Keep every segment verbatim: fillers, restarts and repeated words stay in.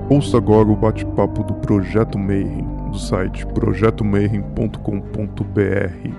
Ouça agora o bate-papo do Projeto Mayhem, do site projeto mayhem ponto com ponto b r.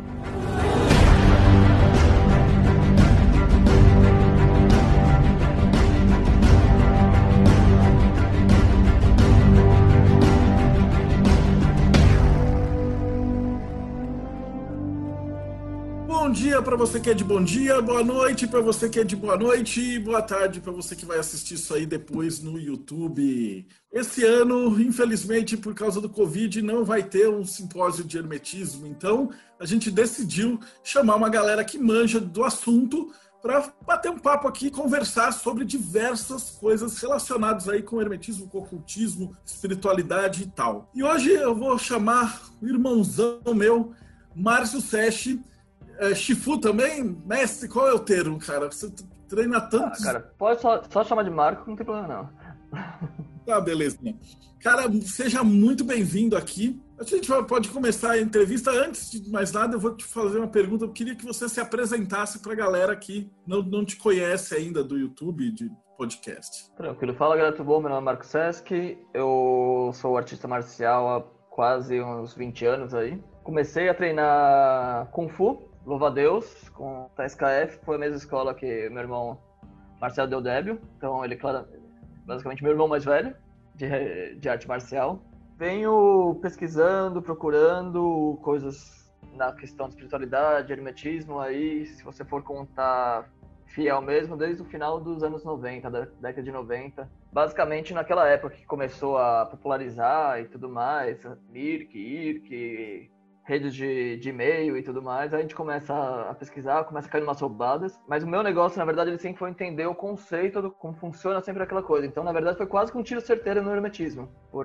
Bom dia para você que é de bom dia, boa noite para você que é de boa noite e boa tarde para você que vai assistir isso aí depois no YouTube. Esse ano, infelizmente, por causa do Covid, não vai ter um simpósio de hermetismo, então a gente decidiu chamar uma galera que manja do assunto para bater um papo aqui e conversar sobre diversas coisas relacionadas aí com hermetismo, com ocultismo, espiritualidade e tal. E hoje eu vou chamar o irmãozão meu, Márcio Sechi. É, Shifu também? Mestre, qual é o termo, cara? Você treina tantos... Ah, cara, pode só, só chamar de Marco, não tem problema não. Tá, beleza. Cara, seja muito bem-vindo aqui. A gente pode começar a entrevista. Antes de mais nada, eu vou te fazer uma pergunta. Eu queria que você se apresentasse para a galera que não, não te conhece ainda do YouTube, de podcast. Tranquilo. Fala, galera, tudo bom? Meu nome é Marco Seski. Eu sou artista marcial há quase uns vinte anos aí. Comecei a treinar Kung Fu, louva a Deus, com a S K F. Foi a mesma escola que meu irmão Marcelo deu débio. Então ele, claro, basicamente meu irmão mais velho de, de arte marcial. Venho pesquisando, procurando coisas na questão de espiritualidade, hermetismo aí, se você for contar fiel mesmo, desde o final dos anos noventa, da década de noventa. Basicamente naquela época que começou a popularizar e tudo mais, Mirk, Irk, redes de, de e-mail e tudo mais, aí a gente começa a pesquisar, começa a cair umas roubadas, mas o meu negócio, na verdade, ele sempre foi entender o conceito do como funciona sempre aquela coisa. Então, na verdade, foi quase que um tiro certeiro no hermetismo,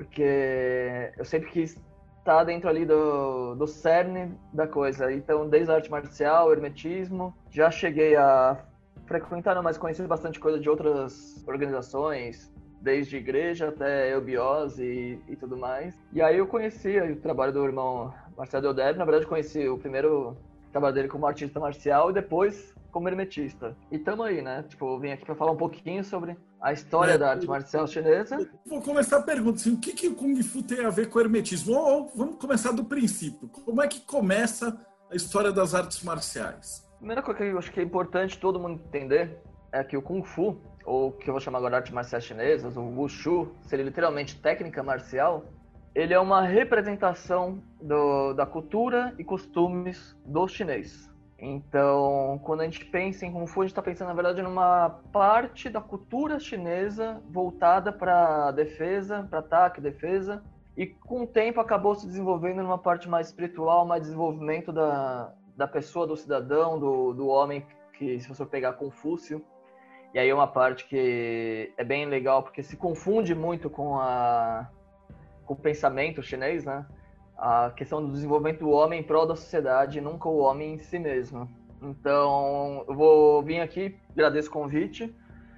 porque eu sempre quis estar dentro ali do, do cerne da coisa. Então, desde a arte marcial, hermetismo, já cheguei a frequentar, não, mas conheci bastante coisa de outras organizações, desde igreja até eubiose e, e tudo mais. E aí eu conheci o trabalho do irmão Marcelo Deodébio. Na verdade, conheci o primeiro trabalho dele como artista marcial e depois como hermetista. E tamo aí, né? Tipo, eu vim aqui para falar um pouquinho sobre a história é, da arte marcial chinesa. Vou começar a pergunta, assim, o que, que o Kung Fu tem a ver com o hermetismo? Ou, ou vamos começar do princípio. Como é que começa a história das artes marciais? A primeira coisa que eu acho que é importante todo mundo entender é que o Kung Fu, ou que eu vou chamar agora de artes marciais chinesas, o Wushu, seria literalmente técnica marcial, ele é uma representação do, da cultura e costumes do chinês. Então, quando a gente pensa em Kung Fu, a gente está pensando, na verdade, numa parte da cultura chinesa voltada para defesa, para ataque, defesa, e com o tempo acabou se desenvolvendo numa parte mais espiritual, mais desenvolvimento da, da pessoa, do cidadão, do, do homem, que se você pegar Confúcio. E aí é uma parte que é bem legal, porque se confunde muito com, a, com o pensamento chinês, né? A questão do desenvolvimento do homem em prol da sociedade, nunca o homem em si mesmo. Então, eu vou vir aqui, agradeço o convite,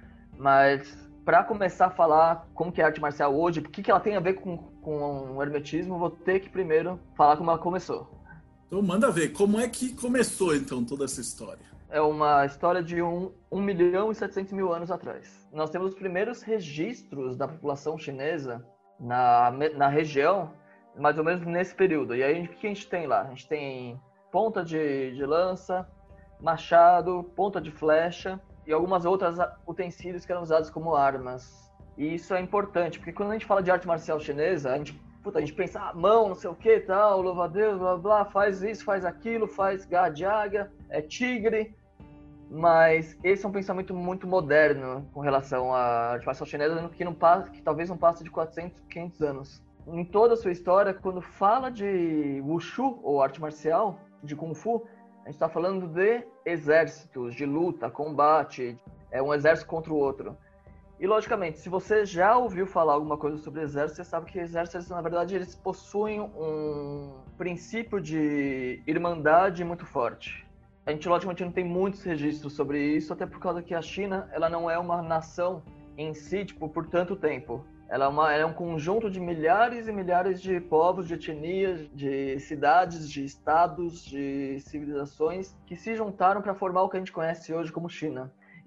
mas para começar a falar como que é a arte marcial hoje, o que, que ela tem a ver com, com o hermetismo, vou ter que primeiro falar como ela começou. Então, manda ver, como é que começou, então, toda essa história? É uma história de um, um milhão e setecentos mil anos atrás. Nós temos os primeiros registros da população chinesa na, na região, mais ou menos nesse período. E aí, o que a gente tem lá? A gente tem ponta de, de lança, machado, ponta de flecha e algumas outras utensílios que eram usados como armas. E isso é importante, porque quando a gente fala de arte marcial chinesa, a gente, puta, a gente pensa, ah, mão, não sei o que, tal, louva a Deus, blá, blá, faz isso, faz aquilo, faz garra de águia, é tigre. Mas esse é um pensamento muito moderno com relação à arte marcial chinesa, que, não passa, que talvez não passe de quatrocentos, quinhentos anos. Em toda a sua história, quando fala de Wushu, ou arte marcial, de Kung Fu, a gente está falando de exércitos, de luta, combate, é um exército contra o outro. E, logicamente, se você já ouviu falar alguma coisa sobre exércitos, você sabe que exércitos, na verdade, eles possuem um princípio de irmandade muito forte. A gente, logicamente, não tem muitos registros sobre isso, até por causa que a China, ela não é uma nação em si, tipo, por tanto tempo. Ela é, uma, ela é um conjunto de milhares e milhares de povos, de etnias, de cidades, de estados, de civilizações que se juntaram para formar o que a gente conhece hoje como China.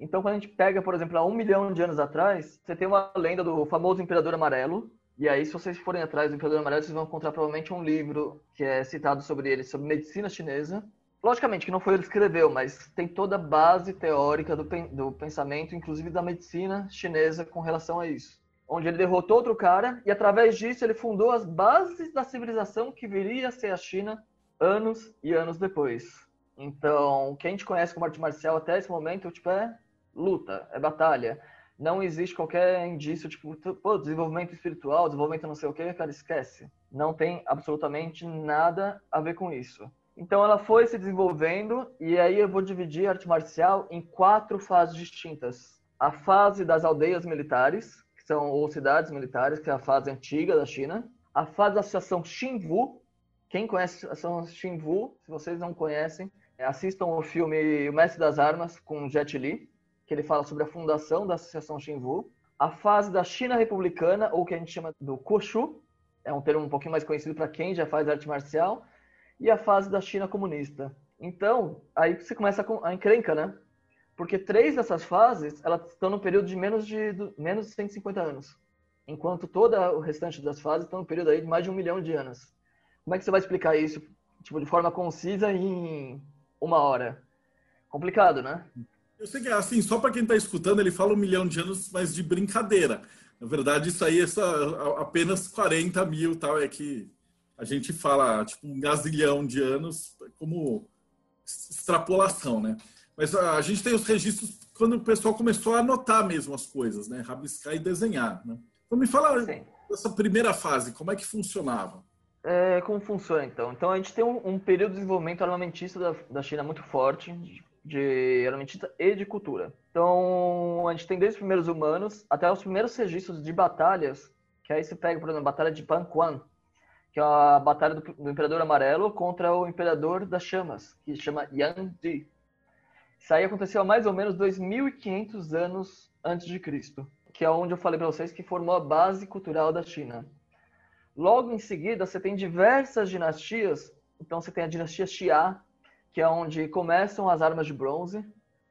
Então, quando a gente pega, por exemplo, há um milhão de anos atrás, você tem uma lenda do famoso Imperador Amarelo. E aí, se vocês forem atrás do Imperador Amarelo, vocês vão encontrar provavelmente um livro que é citado sobre ele, sobre medicina chinesa. Logicamente que não foi ele que escreveu, mas tem toda a base teórica do, do pensamento, inclusive da medicina chinesa, com relação a isso. Onde ele derrotou outro cara e, através disso, ele fundou as bases da civilização que viria a ser a China anos e anos depois. Então, o que a gente conhece como arte marcial até esse momento, tipo, é luta, é batalha. Não existe qualquer indício, tipo, pô, desenvolvimento espiritual, desenvolvimento não sei o que, cara, esquece. Não tem absolutamente nada a ver com isso. Então ela foi se desenvolvendo e aí eu vou dividir a arte marcial em quatro fases distintas. A fase das aldeias militares, que são ou cidades militares, que é a fase antiga da China. A fase da associação Xinwu. Quem conhece a associação Xinwu, se vocês não conhecem, assistam o filme O Mestre das Armas com Jet Li, que ele fala sobre a fundação da associação Xinwu. A fase da China republicana, ou que a gente chama do Koshu, é um termo um pouquinho mais conhecido para quem já faz arte marcial. E a fase da China comunista. Então, aí você começa a encrenca, né? Porque três dessas fases, elas estão no período de menos de, menos de cento e cinquenta anos. Enquanto todo o restante das fases estão no período aí de mais de um milhão de anos. Como é que você vai explicar isso, tipo, de forma concisa em uma hora? Complicado, né? Eu sei que, assim, só para quem está escutando, ele fala um milhão de anos, mas de brincadeira. Na verdade, isso aí é só apenas quarenta mil, tal, é que... A gente fala, tipo, um gazilhão de anos como extrapolação, né? Mas a gente tem os registros quando o pessoal começou a anotar mesmo as coisas, né? Rabiscar e desenhar, né? Então me fala Sim. dessa primeira fase, como é que funcionava? É, como funciona, então? Então a gente tem um, um período de desenvolvimento armamentista da, da China muito forte, de, de armamentista e de cultura. Então a gente tem desde os primeiros humanos até os primeiros registros de batalhas, que aí se pega, por exemplo, a Batalha de Panquan, que é a batalha do, do Imperador Amarelo contra o Imperador das Chamas, que se chama Yang Di. Isso aí aconteceu há mais ou menos dois mil e quinhentos anos antes de Cristo, que é onde eu falei para vocês que formou a base cultural da China. Logo em seguida, você tem diversas dinastias. Então você tem a dinastia Xia, que é onde começam as armas de bronze,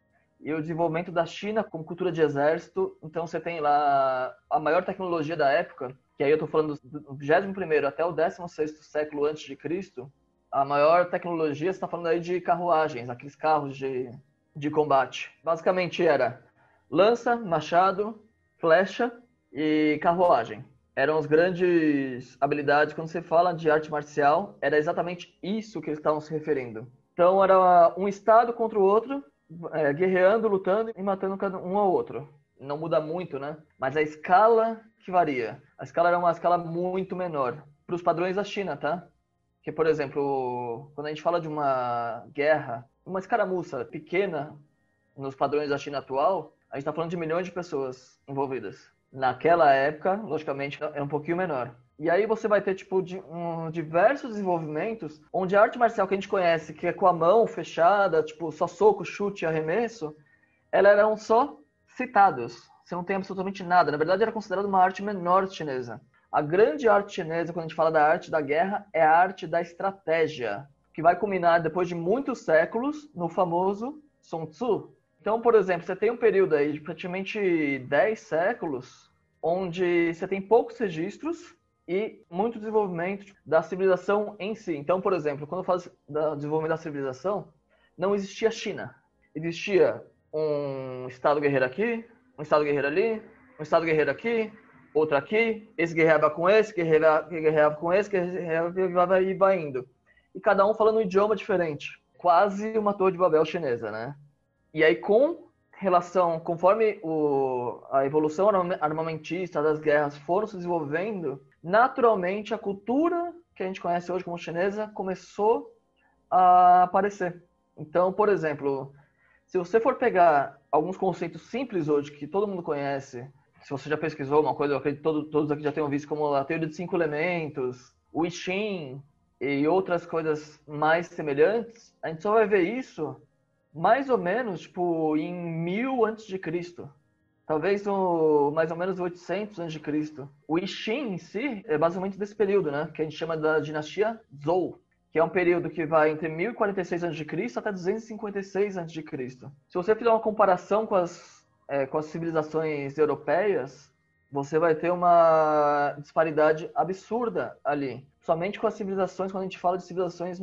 e o desenvolvimento da China como cultura de exército. Então você tem lá a maior tecnologia da época, que aí eu estou falando do vigésimo primeiro até o décimo sexto século antes de Cristo, a maior tecnologia, você está falando aí de carruagens, aqueles carros de, de combate. Basicamente era lança, machado, flecha e carruagem. Eram as grandes habilidades. Quando você fala de arte marcial, era exatamente isso que eles estavam se referindo. Então era um estado contra o outro, é, guerreando, lutando e matando cada um ao outro. Não muda muito, né? Mas a escala que varia. A escala era uma escala muito menor. Para os padrões da China, tá? Que, por exemplo, quando a gente fala de uma guerra, uma escaramuça pequena nos padrões da China atual, a gente está falando de milhões de pessoas envolvidas. Naquela época, logicamente, é um pouquinho menor. E aí você vai ter, tipo, de, um, diversos desenvolvimentos onde a arte marcial que a gente conhece, que é com a mão fechada, tipo, só soco, chute e arremesso, elas eram só citados. Você não tem absolutamente nada. Na verdade, era considerado uma arte menor chinesa. A grande arte chinesa, quando a gente fala da arte da guerra, é a arte da estratégia, que vai culminar, depois de muitos séculos, no famoso Sun Tzu. Então, por exemplo, você tem um período aí de praticamente dez séculos, onde você tem poucos registros e muito desenvolvimento da civilização em si. Então, por exemplo, quando eu falo do desenvolvimento da civilização, não existia China. Existia um estado guerreiro aqui, um estado guerreiro ali, um estado guerreiro aqui, outro aqui, esse guerreava com esse, guerreava, guerreava com esse, guerreava e vai indo. E cada um falando um idioma diferente. Quase uma Torre de Babel chinesa, né? E aí, com relação, conforme o, a evolução armamentista das guerras foram se desenvolvendo, naturalmente a cultura que a gente conhece hoje como chinesa começou a aparecer. Então, por exemplo, se você for pegar alguns conceitos simples hoje que todo mundo conhece, se você já pesquisou uma coisa, eu acredito que todos, todos aqui já tenham visto, como a teoria de cinco elementos, o I Ching e outras coisas mais semelhantes, a gente só vai ver isso mais ou menos, tipo, em mil antes de Cristo. Talvez no mais ou menos oitocentos antes de Cristo. O I Ching em si é basicamente desse período, né? Que a gente chama da dinastia Zhou. que é um período que vai entre mil e quarenta e seis antes de Cristo até duzentos e cinquenta e seis antes de Cristo. Se você fizer uma comparação com as, é, com as civilizações europeias, você vai ter uma disparidade absurda ali. Somente com as civilizações, quando a gente fala de civilizações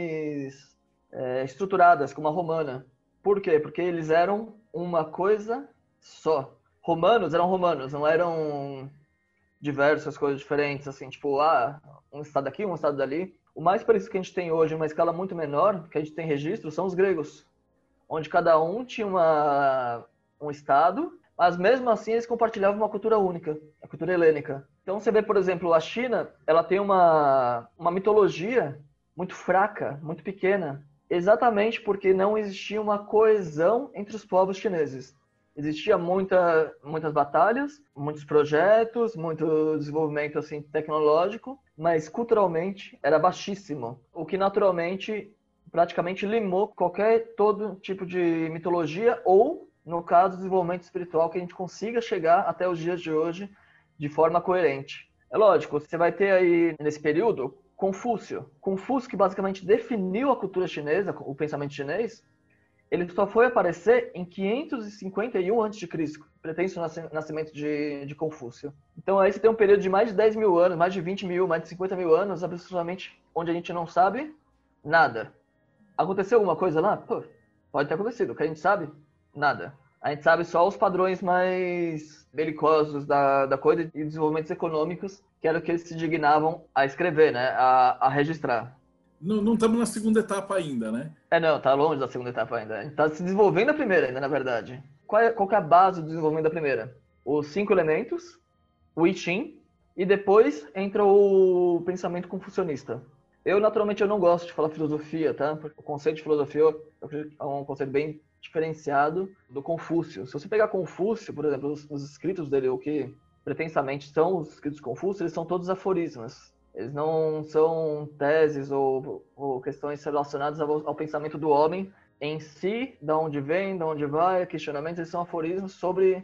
mais é, estruturadas, como a romana. Por quê? Porque eles eram uma coisa só. Romanos eram romanos, não eram diversas coisas diferentes, assim, tipo, ah, um estado aqui, um estado dali. O mais parecido que a gente tem hoje, em uma escala muito menor, que a gente tem registro, são os gregos, onde cada um tinha uma, um estado, mas mesmo assim eles compartilhavam uma cultura única, a cultura helênica. Então você vê, por exemplo, a China, ela tem uma, uma mitologia muito fraca, muito pequena, exatamente porque não existia uma coesão entre os povos chineses. Existia muita, muitas batalhas, muitos projetos, muito desenvolvimento assim, tecnológico, mas culturalmente era baixíssimo, o que naturalmente praticamente limou qualquer todo tipo de mitologia ou, no caso, desenvolvimento espiritual que a gente consiga chegar até os dias de hoje de forma coerente. É lógico, você vai ter aí nesse período Confúcio. Confúcio que basicamente definiu a cultura chinesa, o pensamento chinês. Ele só foi aparecer em quinhentos e cinquenta e um antes de Cristo, pretenso nascimento de, de Confúcio. Então aí você tem um período de mais de dez mil anos, mais de vinte mil, mais de cinquenta mil anos, absolutamente onde a gente não sabe nada. Aconteceu alguma coisa lá? Pô, pode ter acontecido. O que a gente sabe? Nada. A gente sabe só os padrões mais belicosos da, da coisa e desenvolvimentos econômicos, que era o que eles se dignavam a escrever, né? A, a registrar. Não, não estamos na segunda etapa ainda, né? É, não, tá longe da segunda etapa ainda. A gente tá se desenvolvendo a primeira ainda, na verdade. Qual é, qual que é a base do desenvolvimento da primeira? Os cinco elementos, o I Ching, e depois entra o pensamento confucionista. Eu, naturalmente, eu não gosto de falar filosofia, tá? Porque o conceito de filosofia é um conceito bem diferenciado do Confúcio. Se você pegar Confúcio, por exemplo, os, os escritos dele, o que pretensamente são os escritos de Confúcio, eles são todos aforismos. Eles não são teses ou, ou questões relacionadas ao, ao pensamento do homem em si, de onde vem, de onde vai, questionamentos, eles são aforismos sobre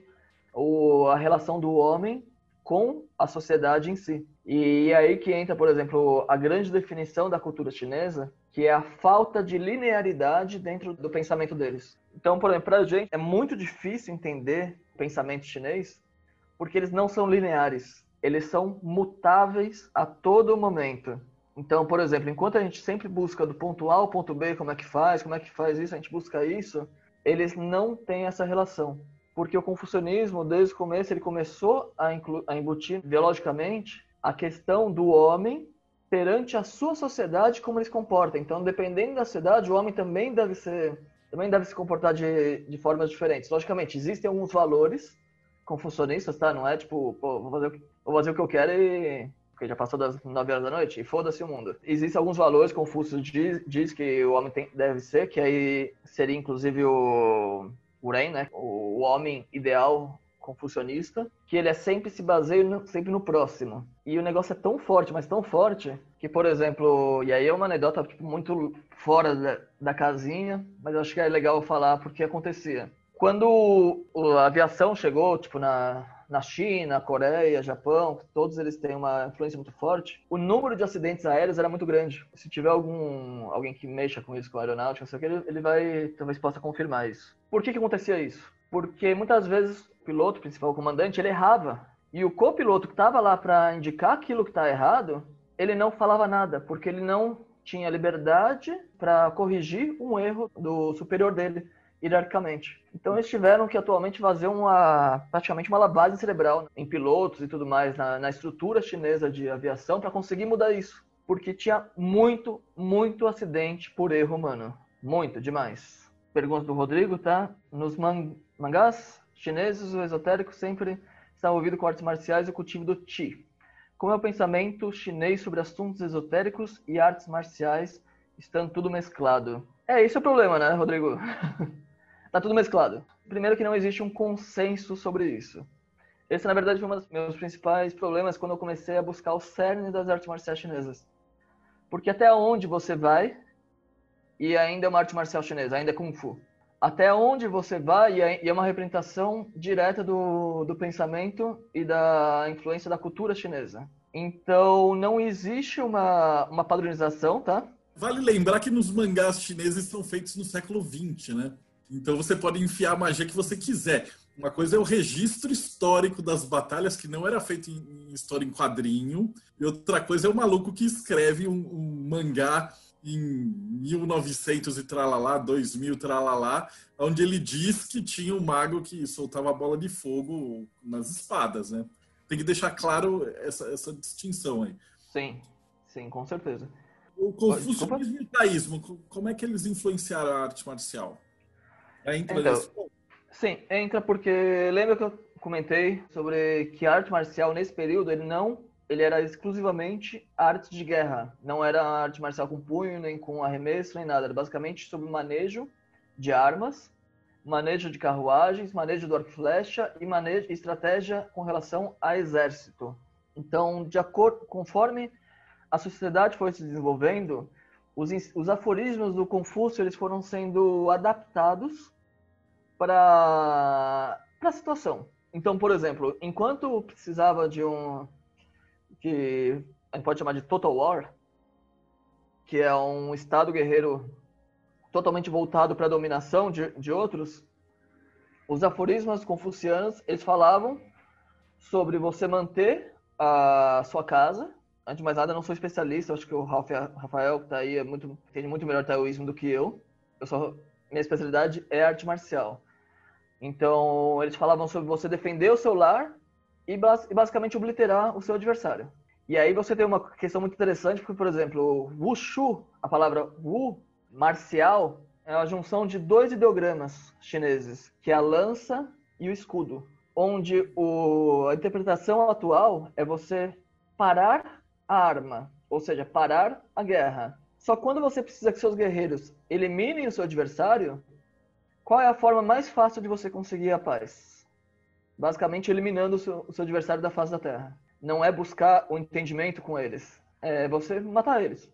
o, a relação do homem com a sociedade em si. E é aí que entra, por exemplo, a grande definição da cultura chinesa, que é a falta de linearidade dentro do pensamento deles. Então, por exemplo, para a gente é muito difícil entender o pensamento chinês, porque eles não são lineares. Eles são mutáveis a todo momento. Então, por exemplo, enquanto a gente sempre busca do ponto A ao ponto B, como é que faz, como é que faz isso, a gente busca isso, eles não têm essa relação. Porque o confucionismo, desde o começo, ele começou a, inclu- a embutir biologicamente a questão do homem perante a sua sociedade, como ele se comporta. Então, dependendo da sociedade, o homem também deve ser, também deve se comportar de, de formas diferentes. Logicamente, existem alguns valores confucionistas, tá? Não é tipo, pô, vou fazer o que, vou fazer o que eu quero e... porque já passou das nove horas da noite, e foda-se o mundo. Existem alguns valores, Confúcio diz, diz que o homem tem, deve ser, que aí seria inclusive o, o Ren, né? O, o homem ideal confucionista, que ele é sempre se baseia no, sempre no próximo. E o negócio é tão forte, mas tão forte, que, por exemplo, e aí é uma anedota tipo, muito fora da, da casinha, mas eu acho que é legal falar porque acontecia. Quando a aviação chegou, tipo, na, na China, Coreia, Japão, todos eles têm uma influência muito forte, o número de acidentes aéreos era muito grande. Se tiver algum alguém que mexa com isso, com a aeronáutica, não sei o que, ele, ele vai, talvez possa confirmar isso. Por que que acontecia isso? Porque muitas vezes o piloto, o principal comandante, ele errava. E o copiloto que estava lá para indicar aquilo que está errado, ele não falava nada, porque ele não tinha liberdade para corrigir um erro do superior dele, hierarquicamente. Então eles tiveram que atualmente fazer uma, praticamente uma lavagem cerebral em pilotos e tudo mais, na, na estrutura chinesa de aviação, para conseguir mudar isso. Porque tinha muito, muito acidente por erro humano. Muito, demais. Pergunta do Rodrigo, tá? Nos man- mangás chineses, o esotérico sempre está envolvido com artes marciais e o cultivo do Qi. Como é o pensamento chinês sobre assuntos esotéricos e artes marciais, estando tudo mesclado? É, esse é o problema, né, Rodrigo? Tá tudo mesclado. Primeiro que não existe um consenso sobre isso. Esse, na verdade, foi um dos meus principais problemas quando eu comecei a buscar o cerne das artes marciais chinesas. Porque até onde você vai, e ainda é uma arte marcial chinesa, ainda é Kung Fu. Até onde você vai, e é uma representação direta do, do pensamento e da influência da cultura chinesa. Então, não existe uma, uma padronização, tá? Vale lembrar que nos mangás chineses são feitos no século vinte, né? Então você pode enfiar a magia que você quiser. Uma coisa é o registro histórico das batalhas, que não era feito em, em história em quadrinho, e outra coisa é o maluco que escreve um, um mangá em mil e novecentos e tralalá, dois mil tralalá, onde ele diz que tinha um mago que soltava a bola de fogo nas espadas, né? Tem que deixar claro essa, essa distinção aí. Sim, sim, com certeza. O confucionismo e o taoísmo, como é que eles influenciaram a arte marcial? Entra então, nesse ponto? Sim, entra porque lembra que eu comentei sobre que a arte marcial nesse período ele não, ele era exclusivamente arte de guerra, não era arte marcial com punho, nem com arremesso, nem nada, era basicamente sobre manejo de armas, manejo de carruagens, manejo do arco e flecha e manejo estratégia com relação a exército. Então, de acordo, conforme a sociedade foi se desenvolvendo, os, os aforismos do Confúcio eles foram sendo adaptados para a situação. Então, por exemplo, enquanto precisava de um que a gente pode chamar de Total War, que é um estado guerreiro totalmente voltado para a dominação de, de outros, os aforismos confucianos eles falavam sobre você manter a sua casa. Antes de mais nada, eu não sou especialista, acho que o Rafael, que está aí, é muito, entende muito melhor taoísmo do que eu. Eu só, minha especialidade é arte marcial. Então, eles falavam sobre você defender o seu lar e, e basicamente obliterar o seu adversário. E aí você tem uma questão muito interessante, porque, por exemplo, o Wushu, a palavra Wu, marcial, é a junção de dois ideogramas chineses, que é a lança e o escudo, onde o, a interpretação atual é você parar a arma, ou seja, parar a guerra. Só quando você precisa que seus guerreiros eliminem o seu adversário, qual é a forma mais fácil de você conseguir a paz? Basicamente, eliminando o seu, o seu adversário da face da Terra. Não é buscar o entendimento com eles, é você matar eles.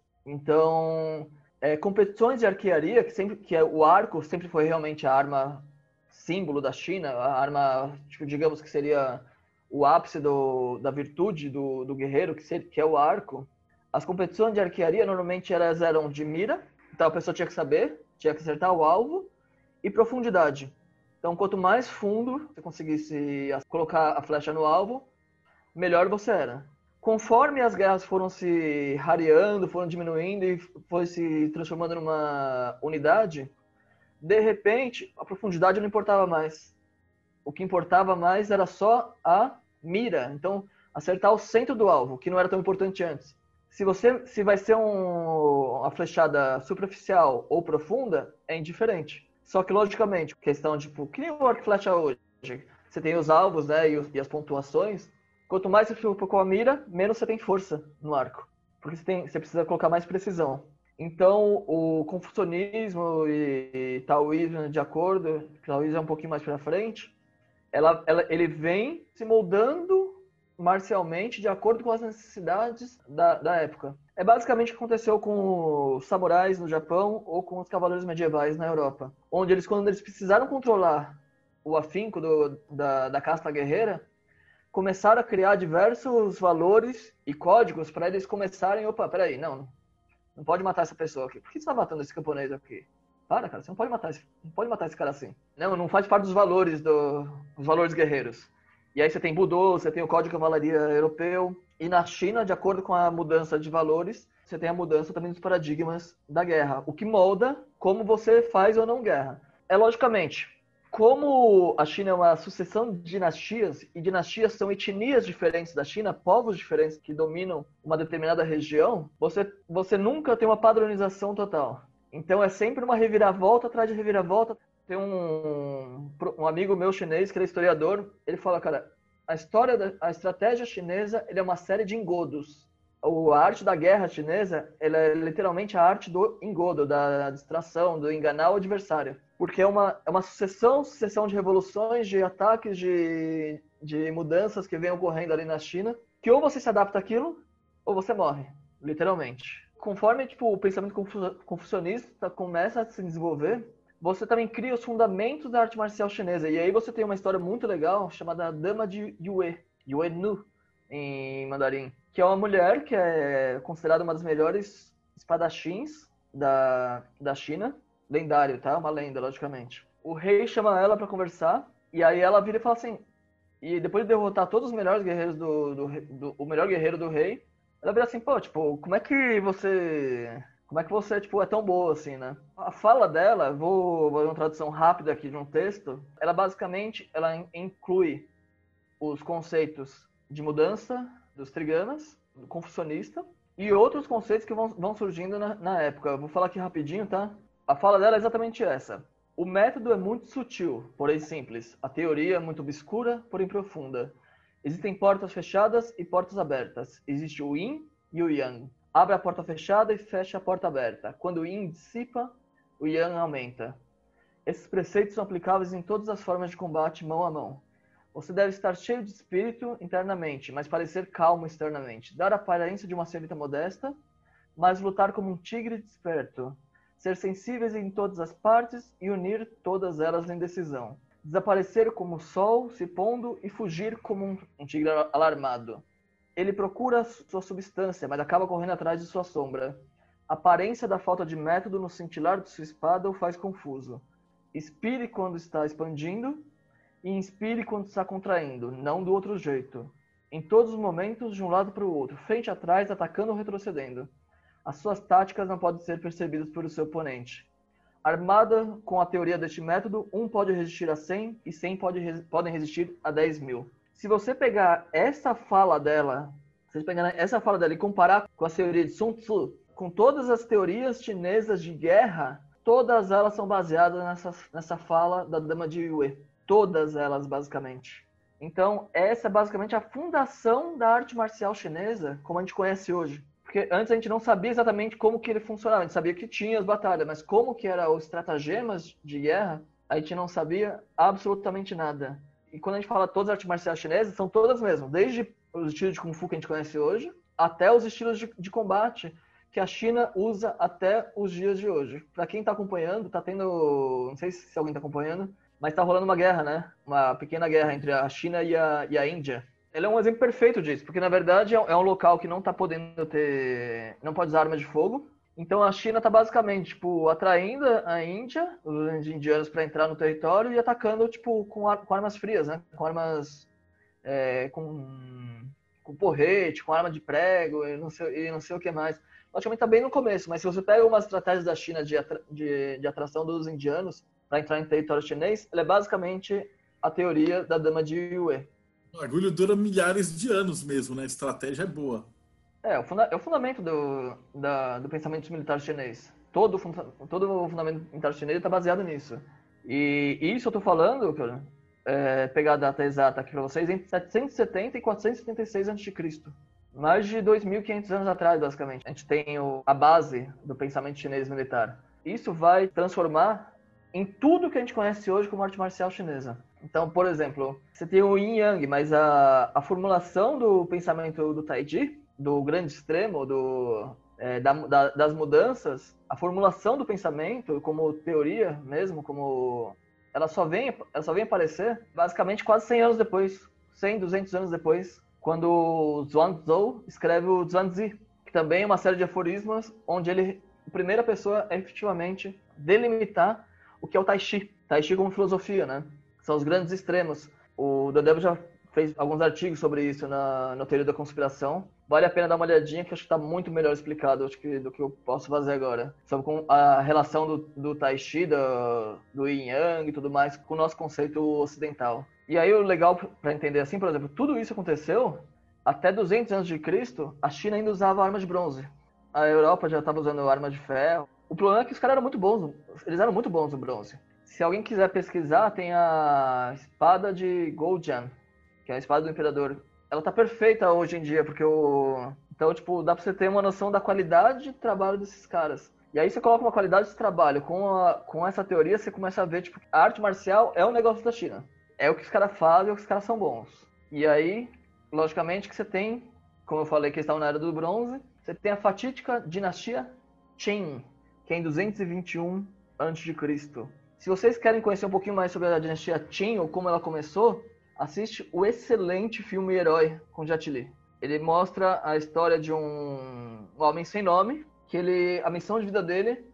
Então, é, competições de arquearia, que, sempre, que é, o arco sempre foi realmente a arma símbolo da China, a arma, tipo, digamos que seria o ápice do, da virtude do, do guerreiro, que, ser, que é o arco. As competições de arquearia normalmente elas eram de mira, então a pessoa tinha que saber, tinha que acertar o alvo, e profundidade. Então, quanto mais fundo você conseguisse colocar a flecha no alvo, melhor você era. Conforme as guerras foram se rareando, foram diminuindo e foi se transformando numa unidade, de repente, a profundidade não importava mais. O que importava mais era só a mira. Então, acertar o centro do alvo, que não era tão importante antes. Se você se vai ser um, uma flechada superficial ou profunda, é indiferente. Só que, logicamente, questão de, tipo, que nem o arco e flecha hoje. Você tem os alvos, né, e, e as pontuações. Quanto mais você fica com a mira, menos você tem força no arco. Porque você, tem, você precisa colocar mais precisão. Então, o confucionismo e, e taoísmo, de acordo, o taoísmo é um pouquinho mais para frente, ela, ela, ele vem se moldando marcialmente de acordo com as necessidades da, da época. É basicamente o que aconteceu com os samurais no Japão ou com os cavaleiros medievais na Europa, onde eles, quando eles precisaram controlar o afinco do, da, da casta guerreira, começaram a criar diversos valores e códigos para eles começarem, opa, peraí, não, não pode matar essa pessoa aqui. Por que você está matando esse camponês aqui? Para, cara, você não pode matar esse, não pode matar esse cara assim. Não, não faz parte dos valores, do, dos valores guerreiros. E aí você tem Budô, você tem o Código de Cavalaria Europeu. E na China, de acordo com a mudança de valores, você tem a mudança também dos paradigmas da guerra. O que molda como você faz ou não guerra. É logicamente, como a China é uma sucessão de dinastias, e dinastias são etnias diferentes da China, povos diferentes que dominam uma determinada região, você, você nunca tem uma padronização total. Então é sempre uma reviravolta atrás de reviravolta. Tem um, um amigo meu chinês, que ele é historiador, ele fala, cara, a história, da, a estratégia chinesa ele é uma série de engodos. A arte da guerra chinesa ela é literalmente a arte do engodo, da distração, do enganar o adversário. Porque é uma, é uma sucessão, sucessão de revoluções, de ataques, de, de mudanças que vêm ocorrendo ali na China, que ou você se adapta àquilo, ou você morre, literalmente. Conforme tipo, o pensamento confucionista começa a se desenvolver, você também cria os fundamentos da arte marcial chinesa. E aí você tem uma história muito legal chamada Dama de Yue, Yue Nu, em mandarim, que é uma mulher que é considerada uma das melhores espadachins da, da China, lendário, tá? Uma lenda, logicamente. O rei chama ela pra conversar, e aí ela vira e fala assim, e depois de derrotar todos os melhores guerreiros do, do, do o melhor guerreiro do rei, ela vira assim, pô, tipo, como é que você, como é que você, tipo, é tão boa assim, né? A fala dela, vou, vou dar uma tradução rápida aqui de um texto, ela basicamente, ela inclui os conceitos de mudança dos triganas, do confucionista, e outros conceitos que vão, vão surgindo na, na época. Eu vou falar aqui rapidinho, tá? A fala dela é exatamente essa. O método é muito sutil, porém simples. A teoria é muito obscura, porém profunda. Existem portas fechadas e portas abertas. Existe o yin e o yang. Abre a porta fechada e fecha a porta aberta. Quando o yin dissipa, o yang aumenta. Esses preceitos são aplicáveis em todas as formas de combate mão a mão. Você deve estar cheio de espírito internamente, mas parecer calmo externamente. Dar a aparência de uma senhorita modesta, mas lutar como um tigre desperto. Ser sensíveis em todas as partes e unir todas elas em decisão. Desaparecer como o sol se pondo e fugir como um, um tigre alarmado. Ele procura sua substância, mas acaba correndo atrás de sua sombra. A aparência da falta de método no cintilar de sua espada o faz confuso. Expire quando está expandindo e inspire quando está contraindo, não do outro jeito. Em todos os momentos, de um lado para o outro, frente a trás, atacando ou retrocedendo. As suas táticas não podem ser percebidas pelo seu oponente. Armada com a teoria deste método, um pode resistir a cem e cem pode, podem resistir a dez mil. Se você pegar essa fala dela, se você pegar essa fala dela e comparar com a teoria de Sun Tzu, com todas as teorias chinesas de guerra, todas elas são baseadas nessa, nessa fala da Dama de Yue. Todas elas, basicamente. Então, essa é basicamente a fundação da arte marcial chinesa, como a gente conhece hoje. Porque antes a gente não sabia exatamente como que ele funcionava. A gente sabia que tinha as batalhas, mas como que eram os estratagemas de guerra, a gente não sabia absolutamente nada. E quando a gente fala todas as artes marciais chinesas, são todas mesmo. Desde os estilos de Kung Fu que a gente conhece hoje, até os estilos de, de combate que a China usa até os dias de hoje. Para quem está acompanhando, está tendo... Não sei se alguém está acompanhando, mas está rolando uma guerra, né? Uma pequena guerra entre a China e a, e a Índia. Ele é um exemplo perfeito disso, porque na verdade é um local que não está podendo ter... Não pode usar armas de fogo. Então a China está basicamente, tipo, atraindo a Índia, os indianos, para entrar no território e atacando, tipo, com, ar, com armas frias, né? Com armas... É, com, com porrete, com arma de prego e não sei, e não sei o que mais. Logicamente está bem no começo, mas se você pega umas estratégias da China de, atra, de, de atração dos indianos para entrar em território chinês, ela é basicamente a teoria da Dama de Yue. O bagulho dura milhares de anos mesmo, né? A estratégia é boa. É, o funda- é o fundamento do, da, do pensamento militar chinês. Todo, funda- todo o fundamento militar chinês está baseado nisso. E isso eu tô falando, cara, é, pegar a data exata aqui para vocês, entre setecentos e setenta e quatrocentos e setenta e seis antes de Cristo. Mais de dois mil e quinhentos anos atrás, basicamente. A gente tem o, a base do pensamento chinês militar. Isso vai transformar em tudo que a gente conhece hoje como arte marcial chinesa. Então, por exemplo, você tem o Yin Yang, mas a, a formulação do pensamento do Tai Chi, do grande extremo, do, é, da, da, das mudanças, a formulação do pensamento como teoria mesmo, como ela só vem, ela só vem aparecer basicamente quase cem anos depois, cem, duzentos anos depois, quando o Zhuangzi escreve o Zhuangzi, que também é uma série de aforismos onde ele, a primeira pessoa é efetivamente delimitar o que é o Tai Chi. Tai Chi como filosofia, né? São os grandes extremos. O Daredevil já fez alguns artigos sobre isso na, na teoria da conspiração. Vale a pena dar uma olhadinha, que acho que está muito melhor explicado acho que, do que eu posso fazer agora. Sobre com a relação do, do Tai Chi, do, do Yin Yang e tudo mais, com o nosso conceito ocidental. E aí o legal para entender assim, por exemplo, tudo isso aconteceu até duzentos anos de Cristo, a China ainda usava armas de bronze. A Europa já estava usando armas de ferro. O problema é que os caras eram muito bons, eles eram muito bons no bronze. Se alguém quiser pesquisar, tem a espada de Gojian, que é a espada do imperador. Ela tá perfeita hoje em dia, porque o... Então, tipo, dá pra você ter uma noção da qualidade de trabalho desses caras. E aí você coloca uma qualidade de trabalho. Com, a... com essa teoria, você começa a ver, tipo, a arte marcial é um negócio da China. É o que os caras fazem, é o que os caras são bons. E aí, logicamente, que você tem, como eu falei que eles estavam na era do bronze, você tem a fatídica dinastia Qin, que é em duzentos e vinte e um antes de Cristo. Se vocês querem conhecer um pouquinho mais sobre a dinastia Qin, ou como ela começou, assiste o excelente filme Herói, com Jet Li. Ele mostra a história de um homem sem nome, que ele, a missão de vida dele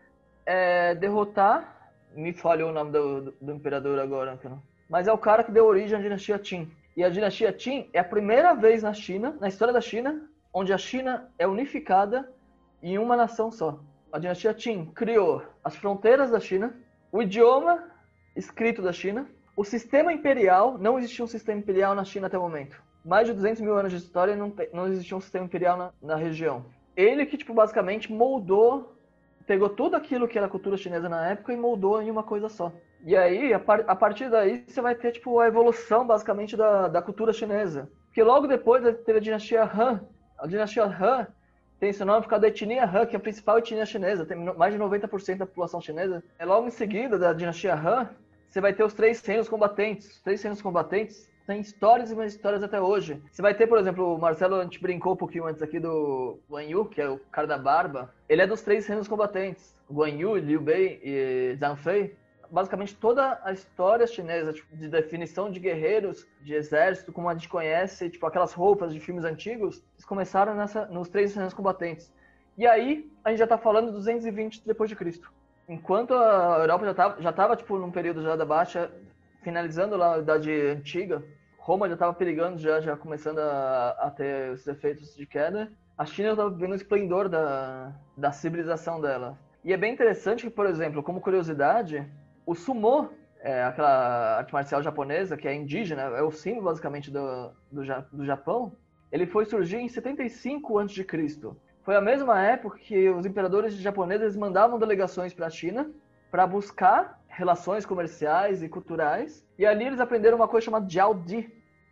é derrotar, me falhou o nome do, do, do imperador agora, mas é o cara que deu origem à dinastia Qin. E a dinastia Qin é a primeira vez na China, na história da China, onde a China é unificada em uma nação só. A dinastia Qin criou as fronteiras da China, o idioma escrito da China, o sistema imperial. Não existia um sistema imperial na China até o momento. Mais de duzentos mil anos de história e não, não existia um sistema imperial na, na região. Ele que, tipo, basicamente moldou, pegou tudo aquilo que era a cultura chinesa na época e moldou em uma coisa só. E aí, a, par, a partir daí, você vai ter, tipo, a evolução, basicamente, da, da cultura chinesa. Porque logo depois teve a dinastia Han. A dinastia Han tem esse nome por causa da etnia Han, que é a principal etnia chinesa. Tem mais de noventa por cento da população chinesa. É logo em seguida da dinastia Han, você vai ter os três reinos combatentes. Os três reinos combatentes têm histórias e mais histórias até hoje. Você vai ter, por exemplo, o Marcelo, a gente brincou um pouquinho antes aqui do Guan Yu, que é o cara da barba. Ele é dos três reinos combatentes. Guan Yu, Liu Bei e Zhang Fei. Basicamente toda a história chinesa, tipo, de definição de guerreiros, de exército, como a gente conhece, tipo aquelas roupas de filmes antigos, eles começaram nessa, nos três reinos combatentes. E aí, a gente já está falando duzentos e vinte depois de Cristo. Enquanto a Europa já estava já tava, tipo, num período já da Baixa, finalizando lá a Idade Antiga, Roma já estava perigando, já, já começando a, a ter os efeitos de queda, a China estava vivendo o esplendor da, da civilização dela. E é bem interessante que, por exemplo, como curiosidade, o sumo, é aquela arte marcial japonesa, que é indígena, é o símbolo basicamente do, do, do Japão, ele foi surgir em setenta e cinco antes de Cristo. Foi a mesma época que os imperadores japoneses mandavam delegações para a China para buscar relações comerciais e culturais. E ali eles aprenderam uma coisa chamada Jiaodi,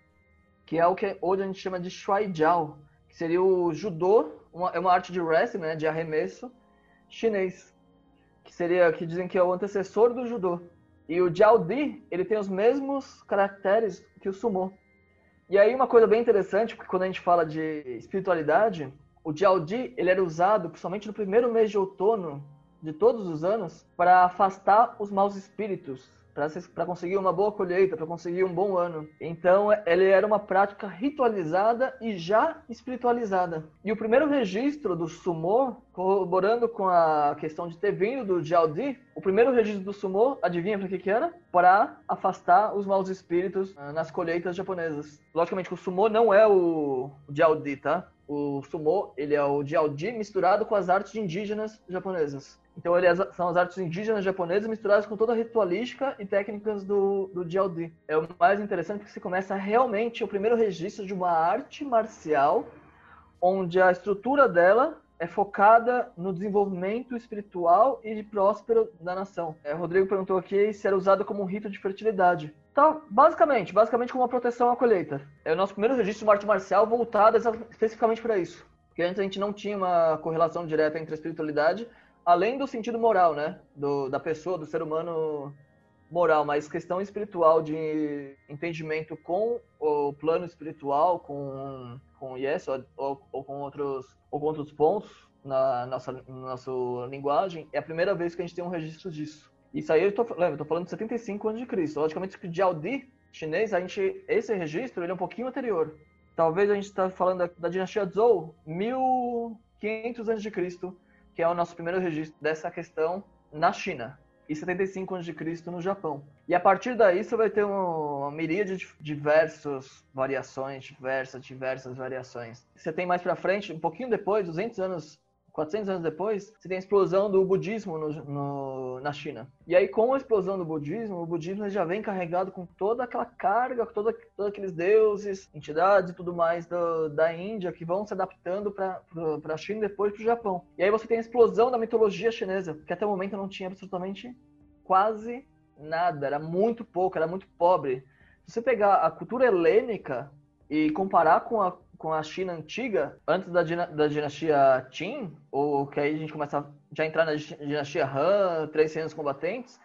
que é o que hoje a gente chama de Shuai Jiao, que seria o judô, uma, é uma arte de wrestling, né, de arremesso chinês. Que seria, que dizem que é o antecessor do judô. E o Jiaodi, ele tem os mesmos caracteres que o sumo. E aí uma coisa bem interessante, porque quando a gente fala de espiritualidade, o Jiaodi, ele era usado principalmente no primeiro mês de outono de todos os anos para afastar os maus espíritos, para conseguir uma boa colheita, para conseguir um bom ano. Então, ele era uma prática ritualizada e já espiritualizada. E o primeiro registro do sumô, corroborando com a questão de ter vindo do Jiaodi, o primeiro registro do sumô, adivinha para que que era? Para afastar os maus espíritos nas colheitas japonesas. Logicamente, o sumô não é o Jiaodi, tá? O sumô, ele é o Jiaodi misturado com as artes indígenas japonesas. Então, ele é, são as artes indígenas japonesas misturadas com toda a ritualística e técnicas do, do Jiaodi. É o mais interessante porque você começa realmente o primeiro registro de uma arte marcial onde a estrutura dela é focada no desenvolvimento espiritual e próspero da nação. É, o Rodrigo perguntou aqui se era usado como um rito de fertilidade. Então, basicamente, basicamente como uma proteção à colheita. É o nosso primeiro registro de uma arte marcial voltada especificamente para isso. Porque antes a gente não tinha uma correlação direta entre a espiritualidade, além do sentido moral, né? Do, da pessoa, do ser humano moral, mas questão espiritual de entendimento com o plano espiritual, com, com Yes, ou, ou, ou, com outros, ou com outros pontos na nossa, na nossa linguagem, é a primeira vez que a gente tem um registro disso. Isso aí, eu tô, lembra, eu tô falando de setenta e cinco antes de Cristo. Logicamente que o Jiaodi chinês, a gente, esse registro ele é um pouquinho anterior. Talvez a gente está falando da, da dinastia Zhou, mil e quinhentos antes de Cristo, que é o nosso primeiro registro dessa questão na China, e setenta e cinco antes de Cristo no Japão. E a partir daí você vai ter uma miríade de diversas variações, diversas, diversas variações. Você tem mais pra frente, um pouquinho depois, duzentos anos, quatrocentos anos depois, você tem a explosão do budismo no, no, na China. E aí, com a explosão do budismo, o budismo já vem carregado com toda aquela carga, com toda, todos aqueles deuses, entidades e tudo mais do, da Índia, que vão se adaptando para a China e depois para o Japão. E aí você tem a explosão da mitologia chinesa, que até o momento não tinha absolutamente quase nada, era muito pouco, era muito pobre. Se você pegar a cultura helênica e comparar com a com a China antiga, antes da, da dinastia Qin, ou que aí a gente começa a já entrar na dinastia Han, três reinos combatentes,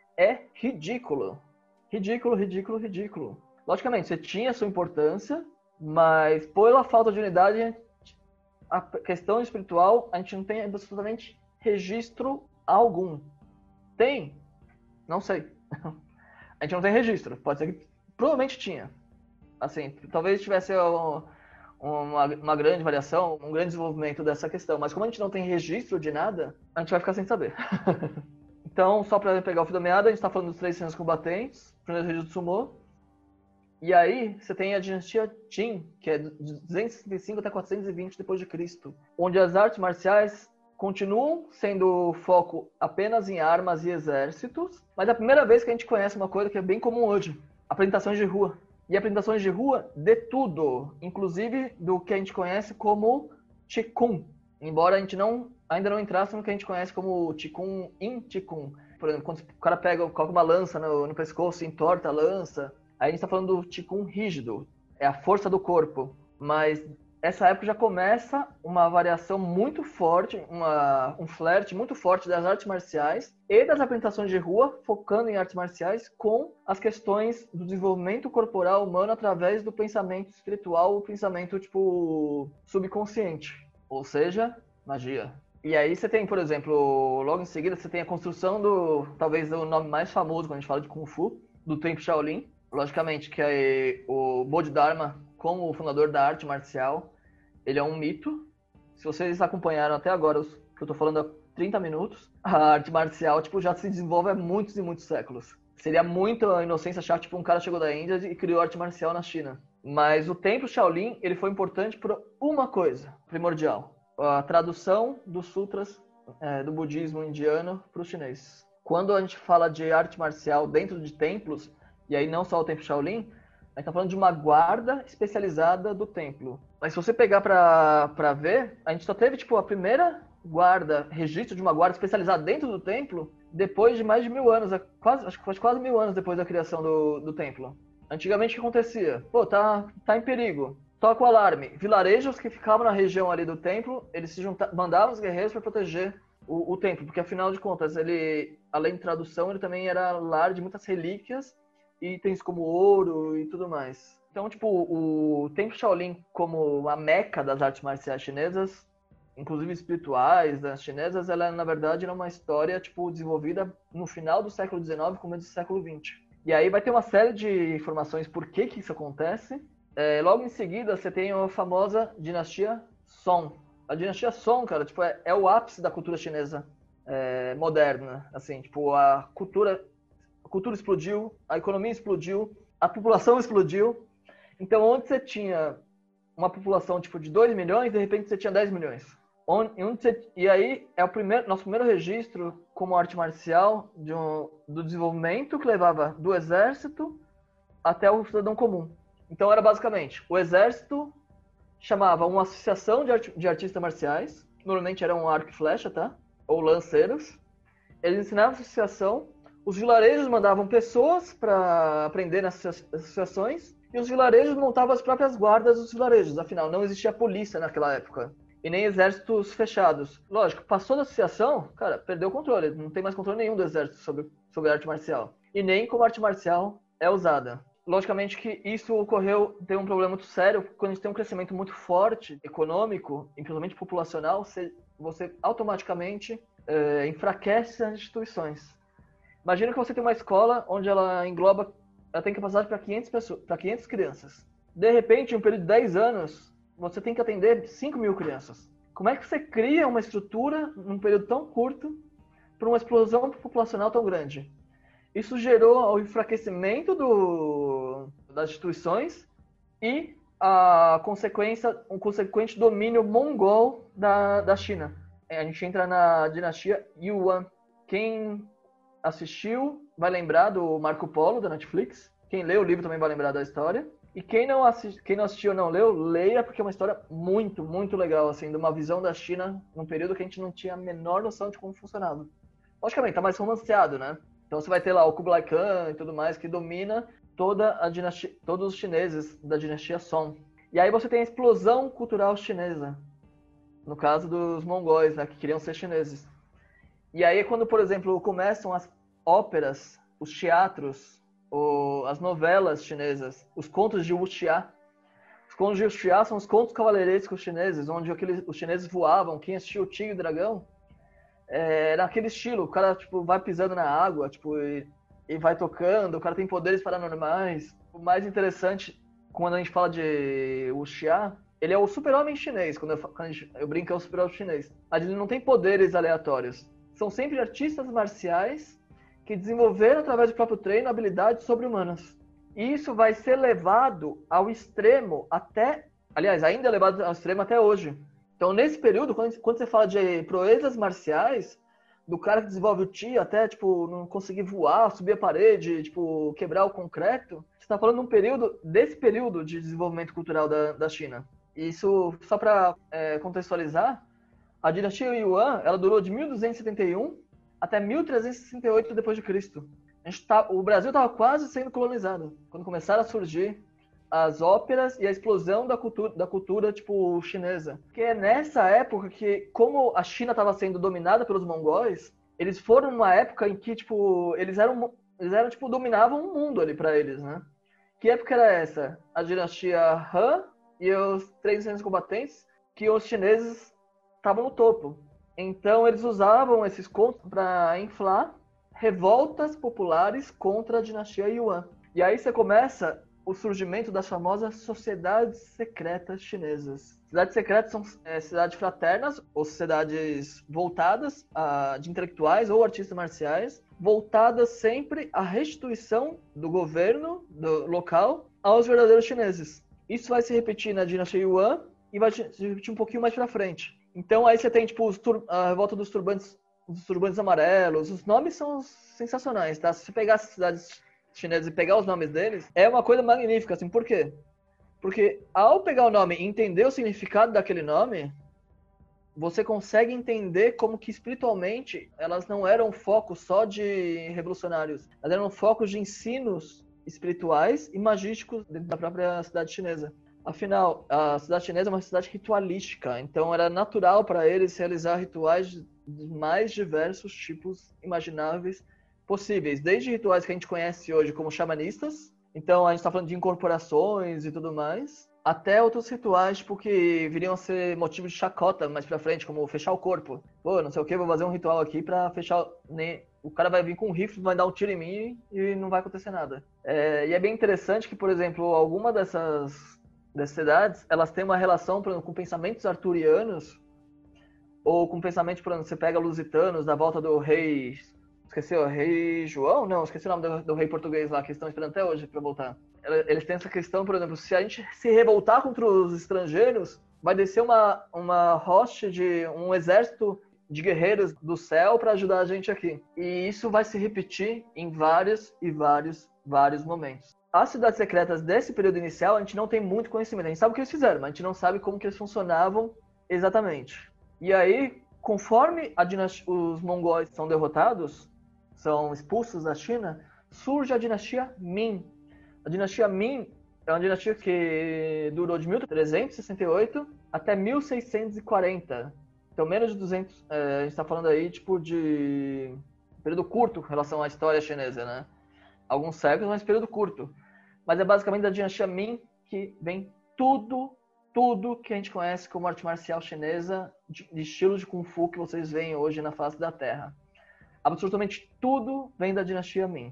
é ridículo. Ridículo, ridículo, ridículo. Logicamente, você tinha sua importância, mas pela falta de unidade, a questão espiritual, a gente não tem absolutamente registro algum. Tem? Não sei. A gente não tem registro. Pode ser que provavelmente tinha. Assim, talvez tivesse... Um, uma, uma grande variação, um grande desenvolvimento dessa questão. Mas como a gente não tem registro de nada, a gente vai ficar sem saber. Então, só para pegar o fio da meada, a gente está falando dos três reinos combatentes, primeiro registro do Sumô. E aí, você tem a dinastia Qin, que é de duzentos e sessenta e cinco até quatrocentos e vinte depois de Cristo, onde as artes marciais continuam sendo foco apenas em armas e exércitos, mas é a primeira vez que a gente conhece uma coisa que é bem comum hoje, apresentações de rua. E apresentações de rua de tudo, inclusive do que a gente conhece como Qigong, embora a gente não, ainda não entrasse no que a gente conhece como Qigong in Qigong. Por exemplo, quando o cara pega, coloca uma lança no, no pescoço e entorta a lança, aí a gente está falando do Qigong rígido, é a força do corpo, mas essa época já começa uma variação muito forte, uma, um flerte muito forte das artes marciais e das apresentações de rua, focando em artes marciais com as questões do desenvolvimento corporal humano através do pensamento espiritual, o pensamento tipo subconsciente, ou seja, magia. E aí você tem, por exemplo, logo em seguida você tem a construção do, talvez o nome mais famoso quando a gente fala de Kung Fu, do Templo Shaolin, logicamente que é o Bodhidharma, como o fundador da arte marcial. Ele é um mito. Se vocês acompanharam até agora, que eu tô falando há trinta minutos, a arte marcial tipo, já se desenvolve há muitos e muitos séculos. Seria muita inocência achar que tipo, um cara chegou da Índia e criou arte marcial na China. Mas o Templo Shaolin ele foi importante por uma coisa primordial. A tradução dos sutras é, do budismo indiano para o chinês. Quando a gente fala de arte marcial dentro de templos, e aí não só o Templo Shaolin, a gente tá falando de uma guarda especializada do templo. Mas se você pegar pra, pra ver, a gente só teve, tipo, a primeira guarda, registro de uma guarda especializada dentro do templo, depois de mais de mil anos, quase, acho que foi quase mil anos depois da criação do, do templo. Antigamente, o que acontecia? Pô, tá, tá em perigo. Toca o alarme. Vilarejos que ficavam na região ali do templo, eles se juntavam, mandavam os guerreiros para proteger o, o templo, porque afinal de contas, ele, além de tradução, ele também era lar de muitas relíquias, itens como ouro e tudo mais. Então, tipo, o Templo Shaolin como a meca das artes marciais chinesas, inclusive espirituais das chinesas, ela na verdade era uma história tipo desenvolvida no final do século dezenove, começo do século vinte. E aí vai ter uma série de informações por que que isso acontece. É, logo em seguida, você tem a famosa dinastia Song. A dinastia Song, cara, tipo, é, é o ápice da cultura chinesa é, moderna. Assim, tipo, a cultura... A cultura explodiu, a economia explodiu, a população explodiu. Então, onde você tinha uma população tipo de dois milhões, de repente você tinha dez milhões. Onde, onde você, e aí é o primeiro, nosso primeiro registro como arte marcial de um, do desenvolvimento que levava do exército até o cidadão comum. Então, era basicamente, o exército chamava uma associação de, art, de artistas marciais, que normalmente eram um arco e flecha, tá? Ou lanceiros. Eles ensinavam a associação. Os vilarejos mandavam pessoas para aprender nessas associações e os vilarejos montavam as próprias guardas dos vilarejos. Afinal, não existia polícia naquela época e nem exércitos fechados. Lógico, passou da associação, cara, perdeu o controle. Não tem mais controle nenhum do exército sobre, sobre a arte marcial. E nem como a arte marcial é usada. Logicamente que isso ocorreu, tem um problema muito sério, quando a gente tem um crescimento muito forte, econômico, e principalmente populacional, você, você automaticamente é, enfraquece as instituições. Imagina que você tem uma escola onde ela engloba, ela tem capacidade para quinhentas pessoas, para quinhentas crianças. De repente, em um período de dez anos, você tem que atender cinco mil crianças. Como é que você cria uma estrutura num período tão curto para uma explosão populacional tão grande? Isso gerou o enfraquecimento do, das instituições e a consequência, um consequente domínio mongol da, da China. A gente entra na dinastia Yuan. Quem assistiu vai lembrar do Marco Polo, da Netflix. Quem leu o livro também vai lembrar da história. E quem não, assist... quem não assistiu ou não leu, leia, porque é uma história muito, muito legal, assim, de uma visão da China num período que a gente não tinha a menor noção de como funcionava. Logicamente, tá mais romanceado, né? Então você vai ter lá o Kublai Khan e tudo mais, que domina toda a dinastia, todos os chineses da dinastia Song. E aí você tem a explosão cultural chinesa, no caso dos mongóis, né, que queriam ser chineses. E aí quando, por exemplo, começam as óperas, os teatros, o, as novelas chinesas, os contos de wuxia. Os contos de wuxia são os contos cavalheirescos chineses, onde aqueles, os chineses voavam. Quem assistiu o Tigre e o Dragão, é, naquele estilo, o cara tipo, vai pisando na água tipo, e, e vai tocando, o cara tem poderes paranormais. O mais interessante, quando a gente fala de wuxia, Ele é o super-homem chinês, quando eu, quando eu brinco é o super-homem chinês. Mas ele não tem poderes aleatórios. São sempre artistas marciais que desenvolveram, através do próprio treino, habilidades sobre-humanas. E isso vai ser levado ao extremo até... Aliás, ainda é levado ao extremo até hoje. Então, nesse período, quando, quando você fala de proezas marciais, do cara que desenvolve o Ti até, tipo, não conseguir voar, subir a parede, tipo, quebrar o concreto, você está falando de um período, desse período de desenvolvimento cultural da, da China. Isso, só para é, contextualizar, a dinastia Yuan, ela durou de mil duzentos e setenta e um até mil trezentos e sessenta e oito depois de Cristo. A gente tá, o Brasil estava quase sendo colonizado, quando começaram a surgir as óperas e a explosão da cultura, da cultura tipo, chinesa. Que é nessa época que, como a China estava sendo dominada pelos mongóis, eles foram numa época em que, tipo, eles eram, eles eram tipo, dominavam o mundo ali para eles, né? Que época era essa? A dinastia Han e os três reinos combatentes, que os chineses estavam no topo. Então, eles usavam esses contos para inflar revoltas populares contra a dinastia Yuan. E aí você começa o surgimento das famosas sociedades secretas chinesas. Cidades secretas são é, cidades fraternas, ou sociedades voltadas a, de intelectuais ou artistas marciais, voltadas sempre à restituição do governo do local aos verdadeiros chineses. Isso vai se repetir na dinastia Yuan e vai se repetir um pouquinho mais pra frente. Então aí você tem tipo os tur- a revolta dos turbantes, dos turbantes amarelos. Os nomes são sensacionais, tá? Se você pegar essas cidades chinesas e pegar os nomes deles, é uma coisa magnífica, assim, por quê? Porque ao pegar o nome e entender o significado daquele nome, você consegue entender como que espiritualmente elas não eram focos só de revolucionários, elas eram focos de ensinos espirituais e magísticos dentro da própria cidade chinesa. Afinal, a cidade chinesa é uma cidade ritualística, então era natural para eles realizar rituais dos mais diversos tipos imagináveis possíveis, desde rituais que a gente conhece hoje como xamanistas, então a gente está falando de incorporações e tudo mais, até outros rituais tipo, que viriam a ser motivo de chacota mais pra frente, como fechar o corpo. Pô, não sei o que, vou fazer um ritual aqui pra fechar... O cara vai vir com um rifle, vai dar um tiro em mim e não vai acontecer nada. É... E é bem interessante que, por exemplo, alguma dessas, dessas cidades, elas têm uma relação por exemplo, com pensamentos arturianos, ou com pensamentos, por exemplo, você pega lusitanos da volta do rei... Esqueci o rei João? Não, esqueci o nome do, do rei português lá, que estão esperando até hoje para voltar. Eles têm essa questão, por exemplo, se a gente se revoltar contra os estrangeiros, vai descer uma, uma hoste de um exército de guerreiros do céu para ajudar a gente aqui. E isso vai se repetir em vários e vários, vários momentos. As cidades secretas desse período inicial, a gente não tem muito conhecimento. A gente sabe o que eles fizeram, mas a gente não sabe como que eles funcionavam exatamente. E aí, conforme a dinastia, os mongóis são derrotados, são expulsos da China, surge a dinastia Ming. A dinastia Ming é uma dinastia que durou de mil trezentos e sessenta e oito até mil seiscentos e quarenta. Então, menos de duzentos... É, a gente está falando aí, tipo, de período curto em relação à história chinesa, né? Alguns séculos, mas período curto. Mas é basicamente da dinastia Ming que vem tudo, tudo que a gente conhece como arte marcial chinesa, de, de estilo de Kung Fu que vocês veem hoje na face da Terra. Absolutamente tudo vem da dinastia Ming.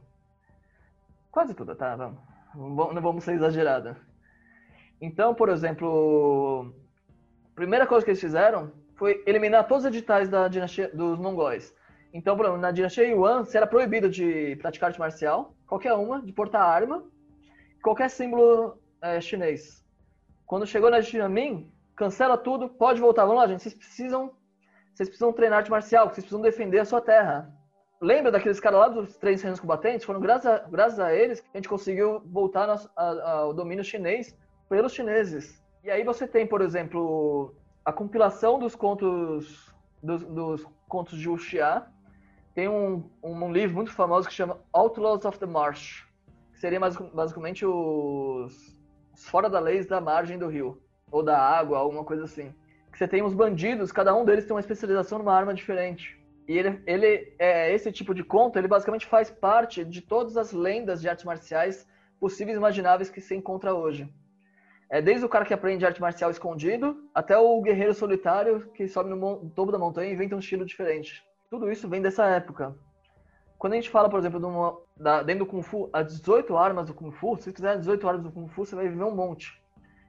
Quase tudo, tá? Vamos. Não vamos ser exagerados. Então, por exemplo, a primeira coisa que eles fizeram foi eliminar todos os editais da dinastia dos mongóis. Então, por exemplo, na dinastia Yuan, se era proibido de praticar arte marcial, qualquer uma, de portar arma, qualquer símbolo é, chinês. Quando chegou na dinastia Ming, cancela tudo, pode voltar. Vamos lá, gente, vocês precisam, vocês precisam treinar arte marcial, vocês precisam defender a sua terra. Lembra daqueles caras lá dos três reinos combatentes? Foram graças a, graças a eles que a gente conseguiu voltar no, a, ao domínio chinês pelos chineses. E aí você tem, por exemplo, a compilação dos contos dos, dos contos de Wuxia. Tem um, um, um livro muito famoso que chama Outlaws of the Marsh, que seria mais, basicamente os, os fora da lei da margem do rio, ou da água, alguma coisa assim. Que você tem os bandidos, cada um deles tem uma especialização numa arma diferente. E ele, ele é, esse tipo de conto, ele basicamente faz parte de todas as lendas de artes marciais possíveis e imagináveis que se encontra hoje. É desde o cara que aprende arte marcial escondido, até o guerreiro solitário que sobe no, no topo da montanha e inventa um estilo diferente. Tudo isso vem dessa época. Quando a gente fala, por exemplo, de uma, da, dentro do Kung Fu, as dezoito armas do Kung Fu, se você fizer as dezoito armas do Kung Fu, você vai ver um monte.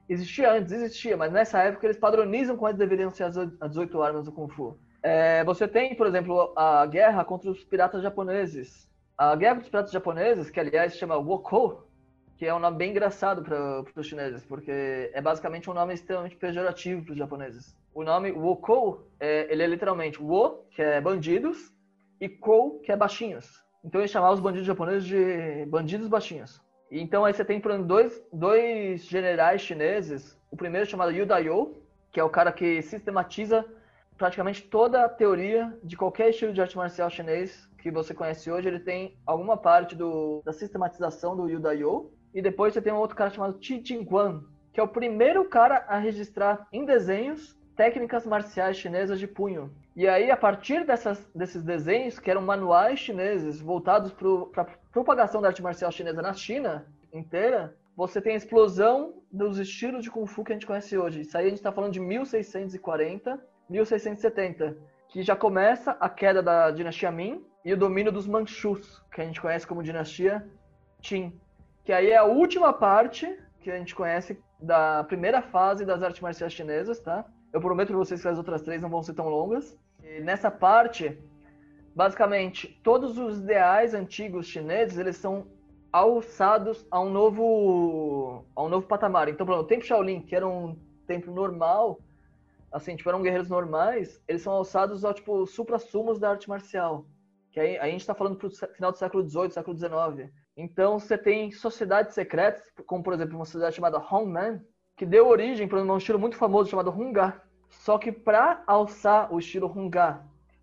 Existia antes, existia, mas nessa época eles padronizam quais deveriam ser as dezoito armas do Kung Fu. É, você tem, por exemplo, a guerra contra os piratas japoneses. A guerra contra os piratas japoneses, que aliás se chama Wokou, que é um nome bem engraçado para os chineses, porque é basicamente um nome extremamente pejorativo para os japoneses. O nome Wokou, é, ele é literalmente Wo, que é bandidos, e Kou, que é baixinhos. Então eles chamavam os bandidos japoneses de bandidos baixinhos. Então aí você tem, por exemplo, dois, dois generais chineses. O primeiro é chamado Yu Daiyo, que é o cara que sistematiza praticamente toda a teoria de qualquer estilo de arte marcial chinês que você conhece hoje. Ele tem alguma parte do, da sistematização do Yu Daiyo. E depois você tem um outro cara chamado Chi Jingguan, que é o primeiro cara a registrar em desenhos técnicas marciais chinesas de punho. E aí, a partir dessas, desses desenhos, que eram manuais chineses voltados para a propagação da arte marcial chinesa na China inteira, você tem a explosão dos estilos de Kung Fu que a gente conhece hoje. Isso aí a gente está falando de mil seiscentos e quarenta, mil seiscentos e setenta, que já começa a queda da dinastia Ming e o domínio dos Manchus, que a gente conhece como dinastia Qin. Que aí é a última parte que a gente conhece da primeira fase das artes marciais chinesas, tá? Eu prometo para vocês que as outras três não vão ser tão longas. E nessa parte, basicamente, todos os ideais antigos chineses, eles são alçados a um novo, a um novo patamar. Então, por exemplo, o Templo Shaolin, que era um templo normal, assim, tipo, eram guerreiros normais, eles são alçados ao, tipo, supra-sumos da arte marcial. Que aí, aí a gente está falando pro final do século dezoito, século dezenove. Então, você tem sociedades secretas, como, por exemplo, uma sociedade chamada Hongman, que deu origem para um estilo muito famoso chamado Hunga. Só que para alçar o estilo Hunga,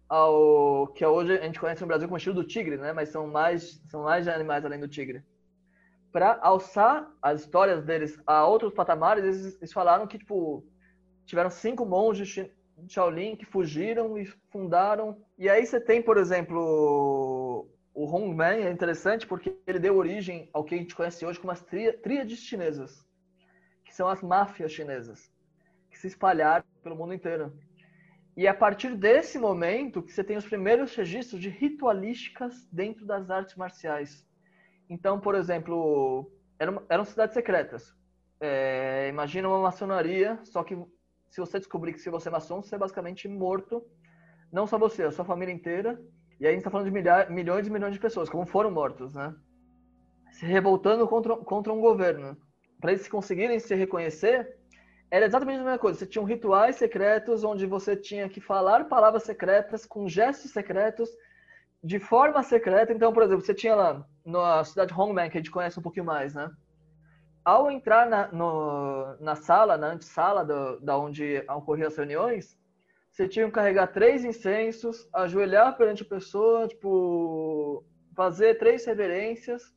ao que hoje a gente conhece no Brasil como estilo do tigre, né? Mas são mais, são mais animais além do tigre. Para alçar as histórias deles a outros patamares, eles, eles falaram que tipo tiveram cinco monges de Shaolin que fugiram e fundaram. E aí você tem, por exemplo, o Hongman, é interessante porque ele deu origem ao que a gente conhece hoje como as tríades chinesas, que são as máfias chinesas, que se espalharam pelo mundo inteiro. E é a partir desse momento que você tem os primeiros registros de ritualísticas dentro das artes marciais. Então, por exemplo, eram, eram cidades secretas. É, imagina uma maçonaria, só que se você descobrir que se você é maçom, você é basicamente morto. Não só você, a sua família inteira. E aí a gente está falando de milhares, milhões e milhões de pessoas, como foram mortos, né? Se revoltando contra, contra um governo. Para eles conseguirem se reconhecer, era exatamente a mesma coisa. Você tinha rituais secretos onde você tinha que falar palavras secretas com gestos secretos de forma secreta. Então, por exemplo, você tinha lá na cidade de Hongman, que a gente conhece um pouquinho mais, né? Ao entrar na, no, na sala, na antessala do, da onde ocorriam as reuniões, você tinha que carregar três incensos, ajoelhar perante a pessoa, tipo, fazer três reverências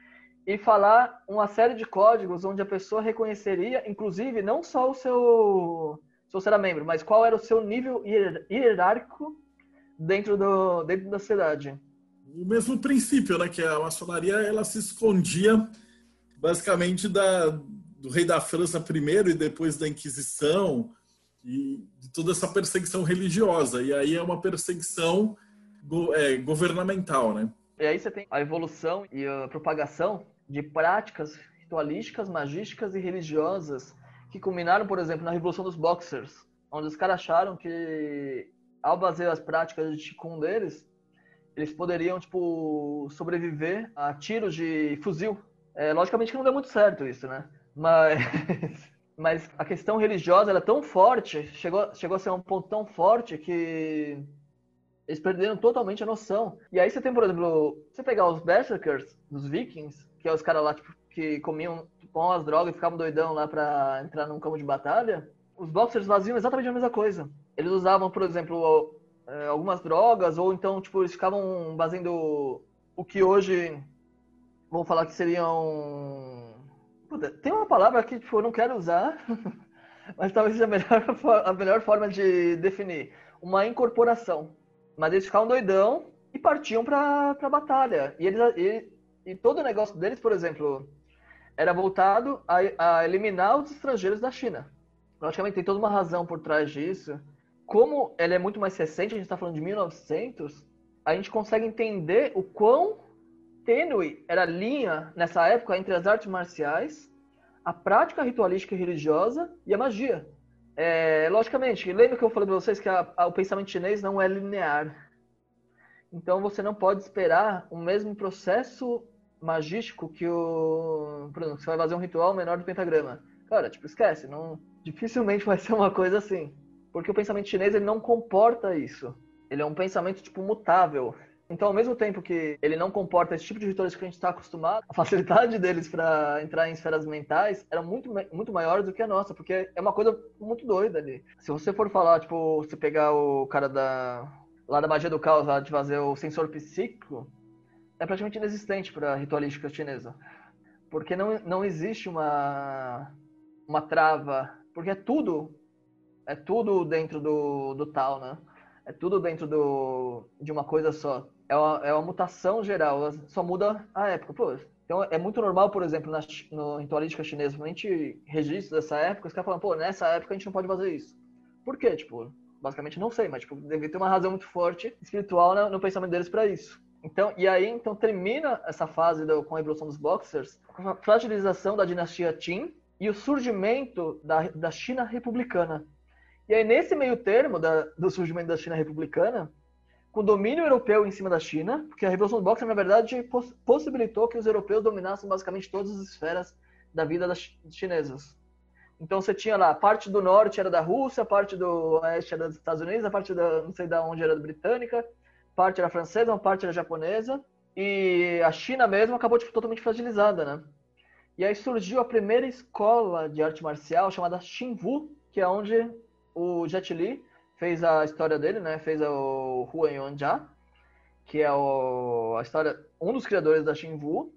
e falar uma série de códigos onde a pessoa reconheceria, inclusive, não só o seu, se você era membro, mas qual era o seu nível hierárquico dentro, do, dentro da cidade. O mesmo princípio, né? Que a maçonaria ela se escondia basicamente da, do rei da França primeiro e depois da Inquisição e de toda essa perseguição religiosa. E aí é uma perseguição go, é, governamental, né? E aí você tem a evolução e a propagação de práticas ritualísticas, magísticas e religiosas que culminaram, por exemplo, na Revolução dos Boxers, onde os caras acharam que, ao basear as práticas de Qigong deles, eles poderiam, tipo, sobreviver a tiros de fuzil. É, logicamente que não deu muito certo isso, né? Mas, mas a questão religiosa era tão forte, chegou, chegou a ser um ponto tão forte que eles perderam totalmente a noção. E aí você tem, por exemplo, você pegar os Berserkers, dos Vikings, que é os caras lá tipo, que comiam pão as drogas e ficavam doidão lá pra entrar num campo de batalha, os Boxers faziam exatamente a mesma coisa. Eles usavam, por exemplo, algumas drogas, ou então tipo, eles ficavam fazendo o que hoje vamos falar que seriam... Puta, tem uma palavra que tipo, eu não quero usar, mas talvez seja a melhor, a melhor forma de definir. Uma incorporação. Mas eles ficavam doidão e partiam pra, pra batalha. E, eles, e, e todo o negócio deles, por exemplo, era voltado a, a eliminar os estrangeiros da China. Logicamente tem toda uma razão por trás disso. Como ela é muito mais recente, a gente está falando de mil e novecentos, a gente consegue entender o quão tênue era a linha, nessa época, entre as artes marciais, a prática ritualística e religiosa e a magia. É, logicamente, lembra que eu falei para vocês que a, a, o pensamento chinês não é linear. Então você não pode esperar o mesmo processo magístico que o... Por exemplo, você vai fazer um ritual menor do pentagrama. Cara, tipo, esquece, não, dificilmente vai ser uma coisa assim. Porque o pensamento chinês, ele não comporta isso. Ele é um pensamento, tipo, mutável. Então, ao mesmo tempo que ele não comporta esse tipo de rituais que a gente está acostumado, a facilidade deles para entrar em esferas mentais era muito, muito maior do que a nossa, porque é uma coisa muito doida ali. Se você for falar, tipo, se pegar o cara da... lá da magia do caos, lá de fazer o sensor psíquico, é praticamente inexistente para a ritualística chinesa. Porque não, não existe uma, uma trava, porque é tudo, é tudo dentro do, do tal, né? É tudo dentro do, de uma coisa só. É uma, é uma mutação geral, só muda a época. Pô, então é muito normal, por exemplo, na no ritualística chinesa, quando a gente registra dessa época, os caras falam, pô, nessa época a gente não pode fazer isso. Por quê? Tipo, basicamente não sei, mas tipo, deve ter uma razão muito forte espiritual no, no pensamento deles para isso. Então, e aí, então, termina essa fase do, com a evolução dos Boxers, com a fragilização da dinastia Qin e o surgimento da, da China republicana. E aí, nesse meio termo da, do surgimento da China republicana, com o domínio europeu em cima da China, porque a Revolução dos Boxers, na verdade, poss possibilitou que os europeus dominassem basicamente todas as esferas da vida das chinesas. Então, você tinha lá, a parte do norte era da Rússia, a parte do oeste era dos Estados Unidos, a parte da, não sei de onde era da britânica, parte era francesa, uma parte era japonesa, e a China mesmo acabou tipo, totalmente fragilizada, né? E aí surgiu a primeira escola de arte marcial chamada Xinwu, que é onde o Jet Li fez a história dele, né? Fez o Huan Yuanjia, que é o, a história, um dos criadores da Xinwu.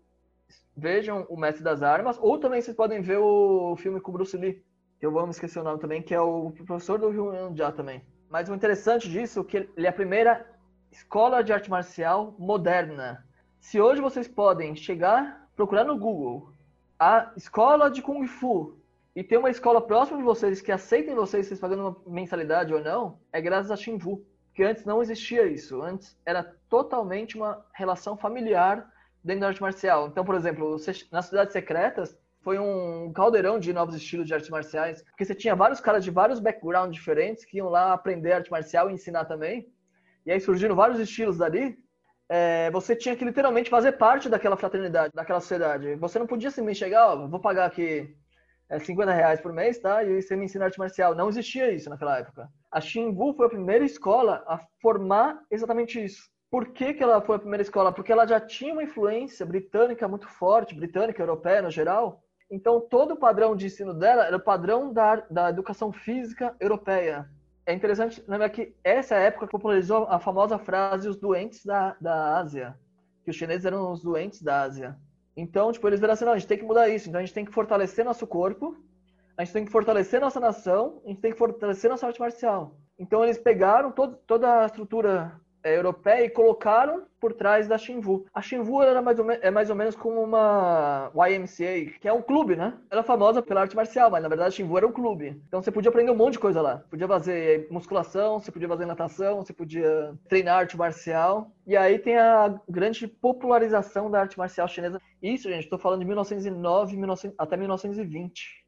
Vejam o Mestre das Armas, ou também vocês podem ver o filme com o Bruce Lee, que eu vou me esquecer o nome também, que é o professor do Huan Yuanjia também. Mas o interessante disso é que ele é a primeira escola de arte marcial moderna. Se hoje vocês podem chegar, procurar no Google a escola de Kung Fu e ter uma escola próxima de vocês que aceitem vocês, vocês pagando uma mensalidade ou não, é graças a Xinwu. Porque antes não existia isso. Antes era totalmente uma relação familiar dentro da arte marcial. Então, por exemplo, nas Cidades Secretas foi um caldeirão de novos estilos de artes marciais, porque você tinha vários caras de vários backgrounds diferentes que iam lá aprender arte marcial e ensinar também. E aí surgiram vários estilos dali, é, você tinha que literalmente fazer parte daquela fraternidade, daquela sociedade. Você não podia simplesmente chegar, ó, vou pagar aqui é, cinquenta reais por mês, tá? E você me ensina arte marcial. Não existia isso naquela época. A Xinwu foi a primeira escola a formar exatamente isso. Por que que ela foi a primeira escola? Porque ela já tinha uma influência britânica muito forte, britânica, europeia no geral. Então todo o padrão de ensino dela era o padrão da, da educação física europeia. É interessante lembrar que essa época popularizou a famosa frase os doentes da, da Ásia. Que os chineses eram os doentes da Ásia. Então, tipo, eles viram assim, não, a gente tem que mudar isso. Então, a gente tem que fortalecer nosso corpo, a gente tem que fortalecer nossa nação, a gente tem que fortalecer nossa arte marcial. Então, eles pegaram todo, toda a estrutura é, europeia e colocaram por trás da Xinwu. A Xinwu era mais ou menos, é mais ou menos como uma Y M C A, que é um clube, né? Ela é famosa pela arte marcial, mas na verdade a Xinwu era um clube. Então você podia aprender um monte de coisa lá. Podia fazer musculação, você podia fazer natação, você podia treinar arte marcial. E aí tem a grande popularização da arte marcial chinesa. Isso, gente, estou falando de mil novecentos e nove até mil novecentos e vinte.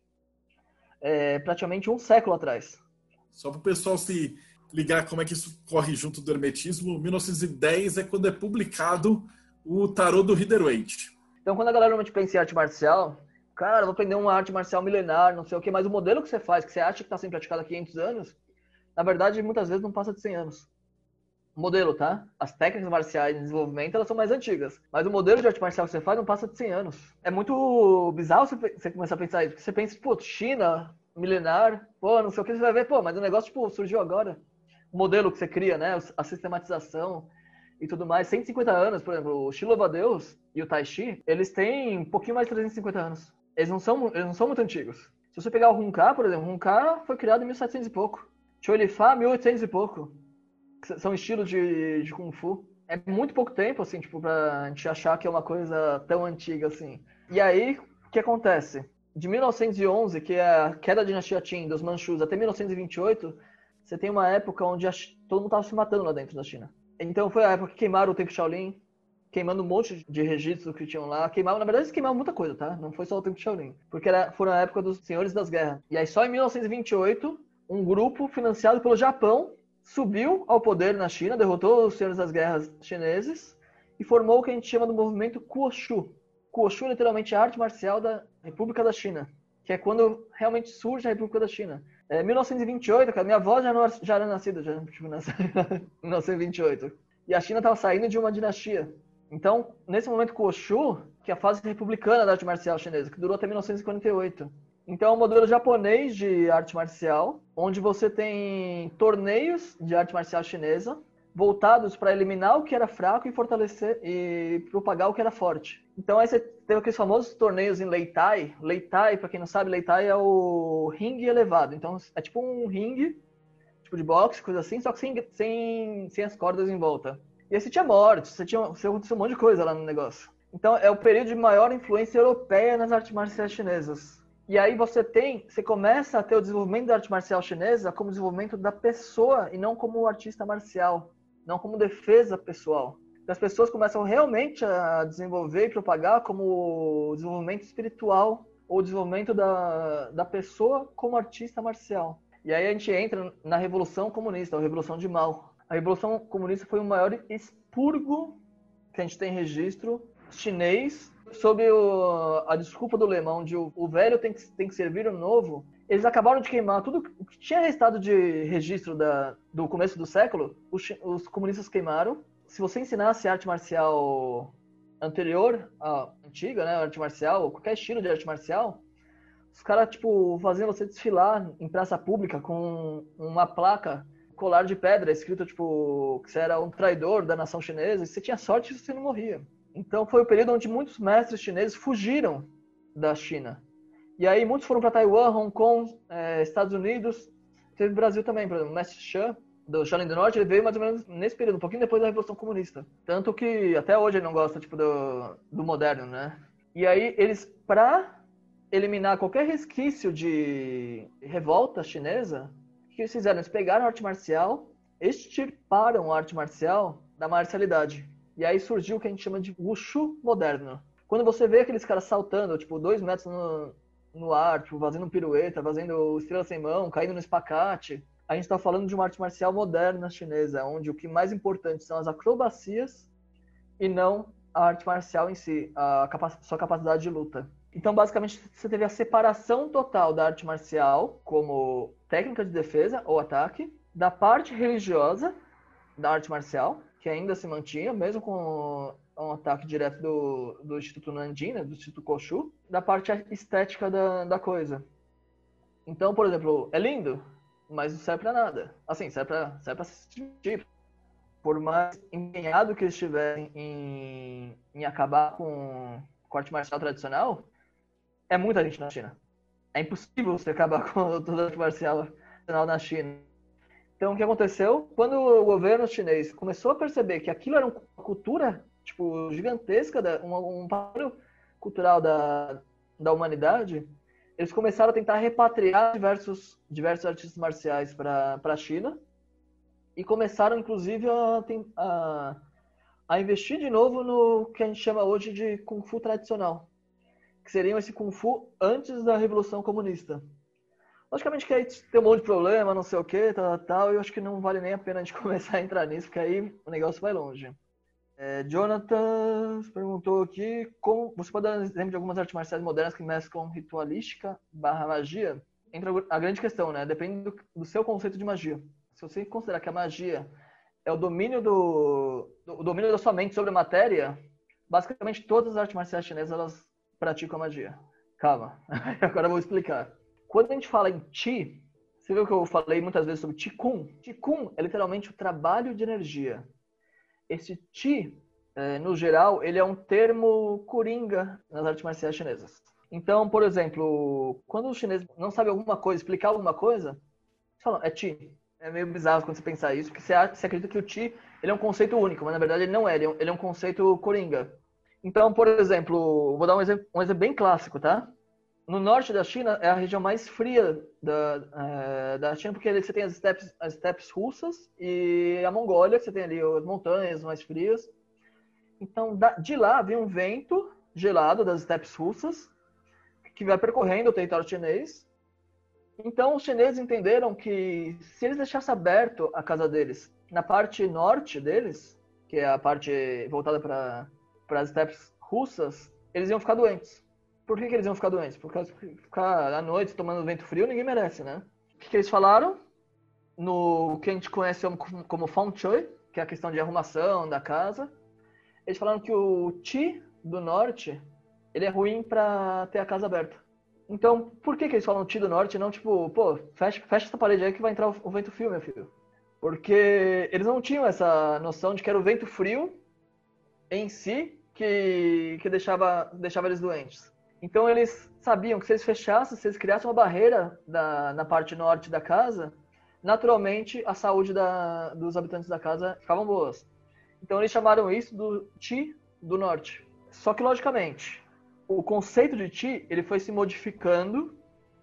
É praticamente um século atrás. Só para o pessoal se ligar como é que isso corre junto do hermetismo, mil novecentos e dez é quando é publicado o tarô do Rider-Waite. Então, quando a galera normalmente pensa em arte marcial, cara, vou aprender uma arte marcial milenar, não sei o quê, mas o modelo que você faz, que você acha que está sendo praticado há quinhentos anos, na verdade, muitas vezes não passa de cem anos. O modelo, tá? As técnicas marciais de desenvolvimento, elas são mais antigas. Mas o modelo de arte marcial que você faz não passa de cem anos. É muito bizarro você começar a pensar isso, porque você pensa, pô, China, milenar, pô, não sei o que, você vai ver, pô, mas o negócio, tipo, surgiu agora. O modelo que você cria, né? A sistematização e tudo mais. cento e cinquenta anos, por exemplo, o Shi Louva-a-Deus e o Tai Chi, eles têm um pouquinho mais de trezentos e cinquenta anos. Eles não são, eles não são muito antigos. Se você pegar o Hun-Ka, por exemplo, o Hun-Ka foi criado em mil e setecentos e pouco. Chou Li-Fa, mil e oitocentos e pouco. São estilos de, de Kung Fu. É muito pouco tempo, assim, tipo, pra gente achar que é uma coisa tão antiga, assim. E aí, o que acontece? De mil novecentos e onze, que é a queda da dinastia Qin, dos Manchus, até mil novecentos e vinte e oito... você tem uma época onde a, todo mundo estava se matando lá dentro da China. Então foi a época que queimaram o Templo Shaolin, queimando um monte de registros que tinham lá. Queimavam, na verdade, eles queimavam muita coisa, tá? Não foi só o tempo de Shaolin. Porque era, foram a época dos Senhores das Guerras. E aí, só em mil novecentos e vinte e oito, um grupo financiado pelo Japão subiu ao poder na China, derrotou os Senhores das Guerras chineses e formou o que a gente chama do movimento Kuoshu. Kuoshu é literalmente a arte marcial da República da China, que é quando realmente surge a República da China. É, mil novecentos e vinte e oito, cara, minha avó já, não, já era nascida, já tipo, nasceu em mil novecentos e vinte e oito. E a China estava saindo de uma dinastia. Então, nesse momento Kuoshu, que é a fase republicana da arte marcial chinesa, que durou até mil novecentos e quarenta e oito. Então, é um modelo japonês de arte marcial, onde você tem torneios de arte marcial chinesa, voltados para eliminar o que era fraco e fortalecer e propagar o que era forte. Então, aí você tem aqueles famosos torneios em Leitai. Leitai, para quem não sabe, Leitai é o ringue elevado. Então, é tipo um ringue, tipo de boxe, coisa assim, só que sem, sem, sem as cordas em volta. E aí você tinha mortes, você tinha você aconteceu um monte de coisa lá no negócio. Então, é o período de maior influência europeia nas artes marciais chinesas. E aí você tem, você começa a ter o desenvolvimento da arte marcial chinesa como desenvolvimento da pessoa e não como artista marcial, não como defesa pessoal. As pessoas começam realmente a desenvolver e propagar como desenvolvimento espiritual ou desenvolvimento da, da pessoa como artista marcial. E aí a gente entra na Revolução Comunista, a Revolução de Mao. A Revolução Comunista foi o maior expurgo que a gente tem registro chinês sob o, a desculpa do lema, onde o, o velho tem que, tem que servir o novo. Eles acabaram de queimar tudo o que tinha restado de registro da, do começo do século, os, os comunistas queimaram. Se você ensinasse arte marcial anterior, a antiga, né, arte marcial, ou qualquer estilo de arte marcial, os caras, tipo, faziam você desfilar em praça pública com uma placa, colar de pedra, escrito, tipo, que você era um traidor da nação chinesa, e você tinha sorte se você não morria. Então foi o período onde muitos mestres chineses fugiram da China. E aí muitos foram para Taiwan, Hong Kong, eh, Estados Unidos, teve Brasil também, por exemplo, o mestre Shan, do Shaolin do Norte, ele veio mais ou menos nesse período, um pouquinho depois da Revolução Comunista. Tanto que até hoje ele não gosta, tipo, do, do moderno, né? E aí eles, para eliminar qualquer resquício de revolta chinesa, o que eles fizeram? Eles pegaram a arte marcial, extirparam a arte marcial da marcialidade. E aí surgiu o que a gente chama de Wushu moderno. Quando você vê aqueles caras saltando, tipo, dois metros no, no ar, tipo, fazendo pirueta, fazendo estrela sem mão, caindo no espacate, a gente está falando de uma arte marcial moderna chinesa, onde o que mais importante são as acrobacias e não a arte marcial em si, a capa- sua capacidade de luta. Então, basicamente, você teve a separação total da arte marcial como técnica de defesa ou ataque, da parte religiosa da arte marcial, que ainda se mantinha, mesmo com um ataque direto do, do Instituto Nanjing, né, do Instituto Koshu, da parte estética da, da coisa. Então, por exemplo, é lindo, mas não serve pra nada. Assim, serve pra, serve pra se sentir. Por mais empenhado que eles estiverem em, em acabar com, com a arte marcial tradicional, é muita gente na China. É impossível você acabar com toda a arte marcial tradicional na China. Então, o que aconteceu? Quando o governo chinês começou a perceber que aquilo era uma cultura, tipo, gigantesca, um, um patrimônio cultural da, da humanidade, eles começaram a tentar repatriar diversos, diversos artistas marciais para a China e começaram, inclusive, a, a, a investir de novo no que a gente chama hoje de Kung Fu tradicional, que seria esse Kung Fu antes da Revolução Comunista. Logicamente que aí tem um monte de problema, não sei o que, tal, tal, e eu acho que não vale nem a pena a gente começar a entrar nisso, porque aí o negócio vai longe. É, Jonathan perguntou aqui, como você pode dar um exemplo de algumas artes marciais modernas que mesclam ritualística barra magia? Entra a grande questão, né? Depende do, do seu conceito de magia. Se você considerar que a magia é o domínio, do, do, o domínio da sua mente sobre a matéria, basicamente todas as artes marciais chinesas elas praticam a magia. Calma, agora eu vou explicar. Quando a gente fala em Qi, você viu que eu falei muitas vezes sobre Qigong? Qigong é literalmente o trabalho de energia. Esse Qi, no geral, ele é um termo coringa nas artes marciais chinesas. Então, por exemplo, quando o chinês não sabe alguma coisa, explicar alguma coisa, você fala, é Qi. É meio bizarro quando você pensar isso, porque você acredita que o Qi ele é um conceito único, mas na verdade ele não é, ele é um conceito coringa. Então, por exemplo, vou dar um exemplo, um exemplo bem clássico, tá? No norte da China é a região mais fria da, é, da China, porque você tem as estepes, as estepes russas e a Mongólia, que você tem ali as montanhas mais frias. Então, de lá vem um vento gelado das estepes russas, que vai percorrendo o território chinês. Então, os chineses entenderam que se eles deixassem aberto a casa deles, na parte norte deles, que é a parte voltada para as estepes russas, eles iam ficar doentes. Por que, que eles iam ficar doentes? Porque ficar à noite tomando vento frio ninguém merece, né? O que, que eles falaram? No que a gente conhece como, como feng shui, que é a questão de arrumação da casa, eles falaram que o qi do norte, ele é ruim para ter a casa aberta. Então, por que, que eles falam qi do norte e não tipo, pô, fecha, fecha essa parede aí que vai entrar o, o vento frio, meu filho? Porque eles não tinham essa noção de que era o vento frio em si que, que deixava, deixava eles doentes. Então, eles sabiam que se eles fechassem, se eles criassem uma barreira da, na parte norte da casa, naturalmente a saúde da, dos habitantes da casa ficavam boas. Então, eles chamaram isso do qi do norte. Só que, logicamente, o conceito de qi ele foi se modificando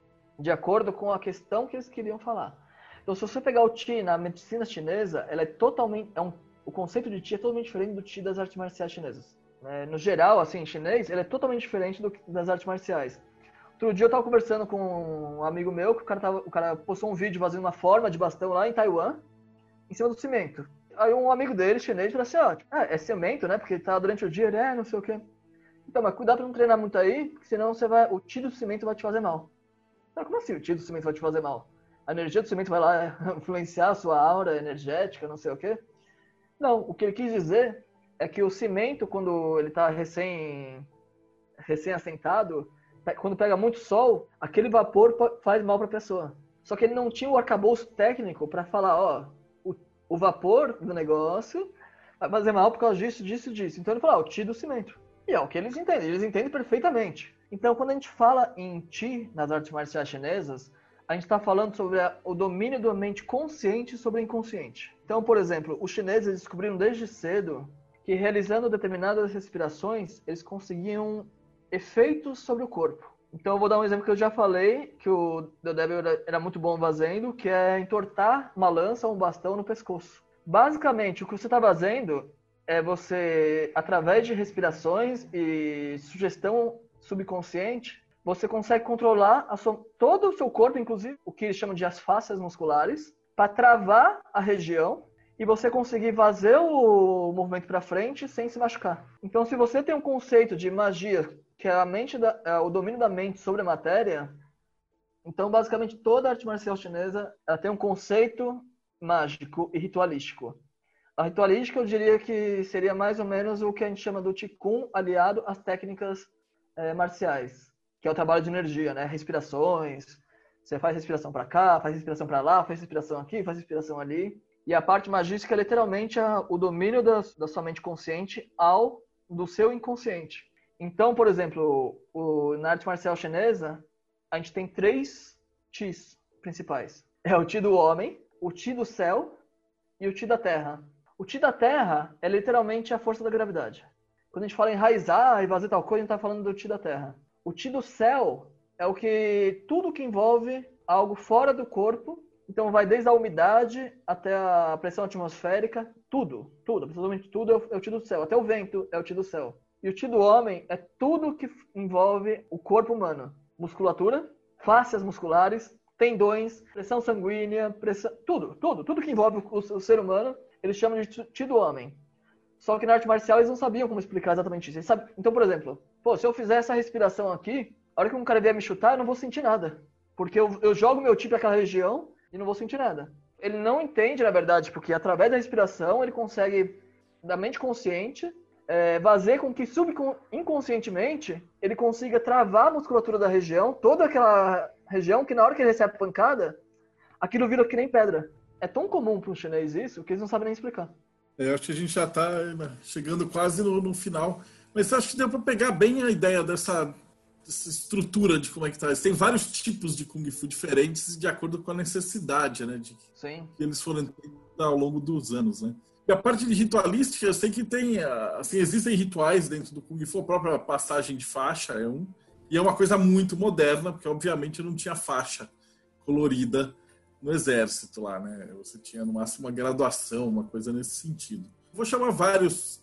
de acordo com a questão que eles queriam falar. Então, se você pegar o qi na medicina chinesa, ela é totalmente, é um, o conceito de qi é totalmente diferente do qi das artes marciais chinesas. É, no geral, assim, em chinês, ele é totalmente diferente do, das artes marciais. Outro dia eu estava conversando com um amigo meu, que o cara, tava, o cara postou um vídeo fazendo uma forma de bastão lá em Taiwan, em cima do cimento. Aí um amigo dele, chinês, falou assim, ó, oh, ah, é cimento, né, porque tá durante o dia, ele é, não sei o quê. Então, mas cuidado pra não treinar muito aí, porque senão você vai, o qi do cimento vai te fazer mal. Então, como assim o qi do cimento vai te fazer mal? A energia do cimento vai lá influenciar a sua aura energética, não sei o quê? Não, o que ele quis dizer é que o cimento, quando ele está recém, recém-assentado, quando pega muito sol, aquele vapor faz mal para a pessoa. Só que ele não tinha o arcabouço técnico para falar, ó, o, o vapor do negócio vai fazer mal por causa disso, disso, disso. Então ele falou, ah, o qi do cimento. E é o que eles entendem, eles entendem perfeitamente. Então, quando a gente fala em qi nas artes marciais chinesas, a gente está falando sobre a, o domínio da mente consciente sobre o inconsciente. Então, por exemplo, os chineses descobriram desde cedo que realizando determinadas respirações, eles conseguiam efeitos sobre o corpo. Então eu vou dar um exemplo que eu já falei, que o Deodébio era muito bom fazendo, que é entortar uma lança ou um bastão no pescoço. Basicamente, o que você está fazendo é você, através de respirações e sugestão subconsciente, você consegue controlar a sua, todo o seu corpo, inclusive o que eles chamam de as fáscias musculares, para travar a região e você conseguir fazer o movimento para frente sem se machucar. Então, se você tem um conceito de magia, que é, a mente da, é o domínio da mente sobre a matéria, então, basicamente, toda a arte marcial chinesa ela tem um conceito mágico e ritualístico. A ritualística, eu diria que seria mais ou menos o que a gente chama do Qigong aliado às técnicas é, marciais, que é o trabalho de energia, né? Respirações, você faz respiração para cá, faz respiração para lá, faz respiração aqui, faz respiração ali. E a parte magística é literalmente a, o domínio da, da sua mente consciente ao do seu inconsciente. Então, por exemplo, o, na arte marcial chinesa, a gente tem três qis principais. É o qi do homem, o qi do céu e o qi da terra. O qi da terra é literalmente a força da gravidade. Quando a gente fala enraizar e fazer tal coisa, a gente está falando do qi da terra. O qi do céu é o que tudo que envolve algo fora do corpo. Então vai desde a umidade até a pressão atmosférica, tudo, tudo, absolutamente tudo é o qi do céu. Até o vento é o qi do céu. E o qi do homem é tudo que envolve o corpo humano. Musculatura, fáscias musculares, tendões, pressão sanguínea, pressão, tudo, tudo, tudo que envolve o, o ser humano, eles chamam de qi do homem. Só que na arte marcial eles não sabiam como explicar exatamente isso. Eles sabiam, então, por exemplo, pô, se eu fizer essa respiração aqui, a hora que um cara vier me chutar, eu não vou sentir nada. Porque eu, eu jogo meu qi para aquela região e não vou sentir nada. Ele não entende, na verdade, porque através da respiração ele consegue, da mente consciente, é, fazer com que subconscientemente ele consiga travar a musculatura da região, toda aquela região que na hora que ele recebe a pancada, aquilo vira que nem pedra. É tão comum para um chinês isso que eles não sabem nem explicar. É, eu acho que a gente já está chegando quase no, no final. Mas eu acho que deu para pegar bem a ideia dessa, dessa estrutura de como é que tá. Tem vários tipos de Kung Fu diferentes de acordo com a necessidade, né? De, Sim. Que eles foram ao longo dos anos, né? E a parte de ritualística, eu sei que tem, assim, existem rituais dentro do Kung Fu, a própria passagem de faixa é um, e é uma coisa muito moderna, porque obviamente não tinha faixa colorida no exército lá, né? Você tinha no máximo uma graduação, uma coisa nesse sentido. Vou chamar vários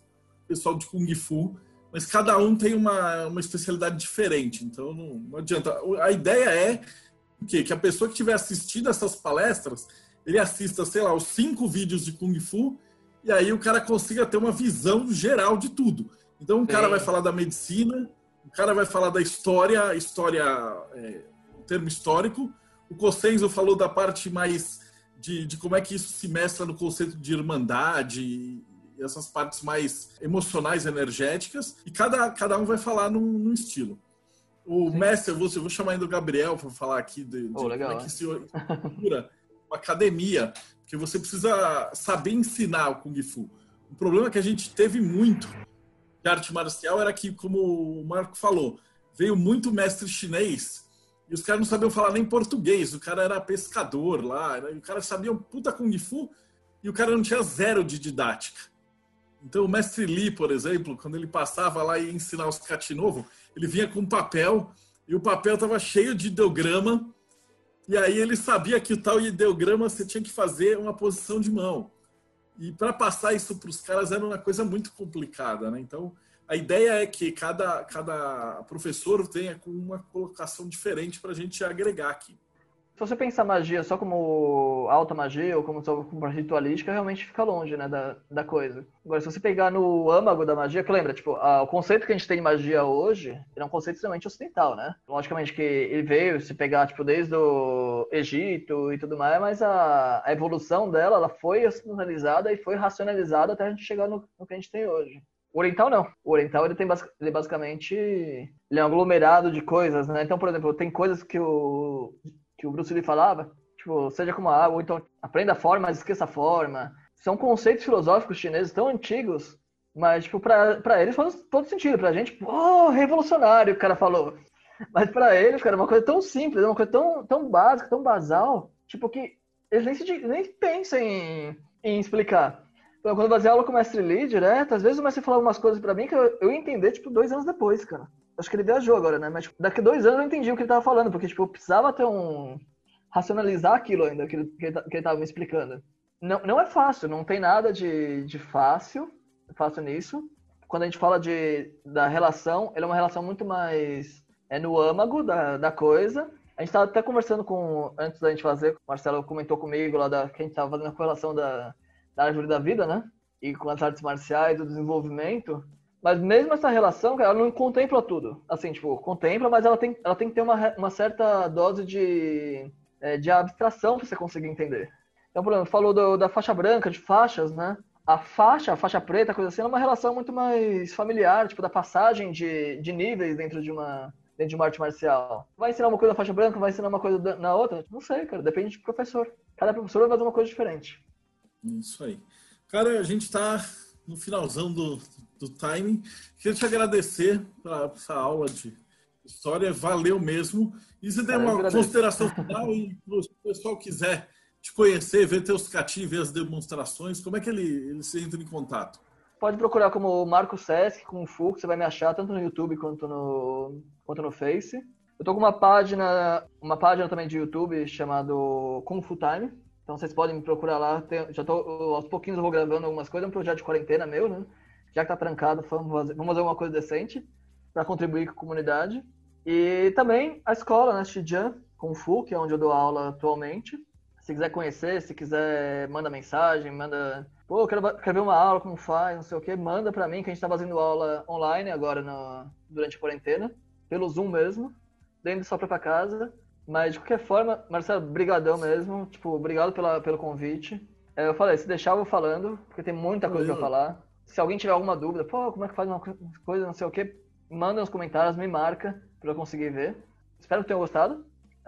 pessoal de Kung Fu, mas cada um tem uma, uma especialidade diferente, então não, não adianta. A ideia é que, que a pessoa que estiver assistindo essas palestras, ele assista, sei lá, os cinco vídeos de Kung Fu, e aí o cara consiga ter uma visão geral de tudo. Então o cara vai falar da medicina, o cara vai falar da história, história, é, termo histórico, o Cossenzo falou da parte mais de, de como é que isso se mescla no conceito de irmandade e essas partes mais emocionais, energéticas, e cada, cada um vai falar num, num estilo. O Sim. mestre, eu vou, eu vou chamar ainda o Gabriel para falar aqui de, de oh, legal, como é que se procura uma academia, porque você precisa saber ensinar o Kung Fu. O problema que a gente teve muito de arte marcial era que, como o Marco falou, veio muito mestre chinês e os caras não sabiam falar nem português, o cara era pescador lá, o cara sabia um puta Kung Fu e o cara não tinha zero de didática. Então o mestre Li, por exemplo, quando ele passava lá e ia ensinar os kata novo, ele vinha com um papel e o papel estava cheio de ideograma e aí ele sabia que o tal ideograma você tinha que fazer uma posição de mão. E para passar isso para os caras era uma coisa muito complicada, né? Então a ideia é que cada, cada professor tenha uma colocação diferente para a gente agregar aqui. Se você pensar magia só como alta magia ou como, só como ritualística, realmente fica longe, né, da, da coisa. Agora, se você pegar no âmago da magia, que lembra, tipo, a, o conceito que a gente tem de magia hoje, ele é um conceito extremamente ocidental, né? Logicamente que ele veio, se pegar, tipo, desde o Egito e tudo mais, mas a, a evolução dela, ela foi ocidental e foi racionalizada até a gente chegar no, no que a gente tem hoje. O oriental não. O oriental, ele tem ele basicamente, ele é um aglomerado de coisas, né? Então, por exemplo, tem coisas que o... que o Bruce Lee falava, tipo, seja como a água, ou então aprenda a forma, mas esqueça a forma. São conceitos filosóficos chineses tão antigos, mas, tipo, pra, pra eles faz todo sentido. Pra gente, oh, revolucionário, o cara falou. Mas pra eles, cara, é uma coisa tão simples, é uma coisa tão, tão básica, tão basal, tipo, que eles nem, se, nem pensam em, em explicar. Então, quando eu fazia aula com o mestre Lee direto, às vezes o mestre falava umas coisas pra mim que eu, eu ia entender, tipo, dois anos depois, cara. Acho que ele viajou agora, né? Mas tipo, daqui a dois anos eu entendi o que ele tava falando, porque tipo, eu precisava ter um... racionalizar aquilo ainda, que ele, que ele tava me explicando. Não, não é fácil, não tem nada de, de fácil, fácil nisso. Quando a gente fala de, da relação, ela é uma relação muito mais... é no âmago da, da coisa. A gente tava até conversando com... antes da gente fazer, o Marcelo comentou comigo lá da, que a gente tava fazendo a correlação da, da árvore da vida, né? E com as artes marciais, do desenvolvimento... Mas mesmo essa relação, cara, ela não contempla tudo. Assim, tipo, contempla, mas ela tem, ela tem que ter uma, uma certa dose de, é, de abstração para você conseguir entender. Então, por exemplo, falou do, da faixa branca, de faixas, né? A faixa, a faixa preta, coisa assim, é uma relação muito mais familiar, tipo, da passagem de, de níveis dentro de uma, dentro de uma arte marcial. Vai ensinar uma coisa na faixa branca, vai ensinar uma coisa na outra? Não sei, cara, depende do professor. Cada professor vai fazer uma coisa diferente. Isso aí. Cara, a gente tá no finalzão do... do timing. Queria te agradecer por essa aula de história, valeu mesmo. E você tem uma consideração final e se o pessoal quiser te conhecer, ver teus cativos, ver as demonstrações, como é que ele, ele se entra em contato? Pode procurar como Marco Sesc, Kung Fu, que você vai me achar tanto no YouTube quanto no, quanto no Face. Eu tô com uma página, uma página também de YouTube chamado Kung Fu Time. Então vocês podem me procurar lá. Tem, já tô, aos pouquinhos eu vou gravando algumas coisas, é um projeto de quarentena meu, né? Já que tá trancado, vamos fazer, vamos fazer uma coisa decente para contribuir com a comunidade. E também a escola, né, Shijian Kung Fu, que é onde eu dou aula atualmente. Se quiser conhecer, se quiser, manda mensagem, manda... Pô, eu quero, quero ver uma aula, como faz, não sei o quê. Manda para mim, que a gente tá fazendo aula online agora no, durante a quarentena, pelo Zoom mesmo, dentro da sua própria casa. Mas, de qualquer forma, Marcelo, brigadão mesmo. Tipo, obrigado pela, pelo convite. É, eu falei, se deixar eu vou falando, porque tem muita coisa para falar. Se alguém tiver alguma dúvida, pô, como é que faz uma coisa, não sei o que, manda nos comentários, me marca para eu conseguir ver. Espero que tenham gostado.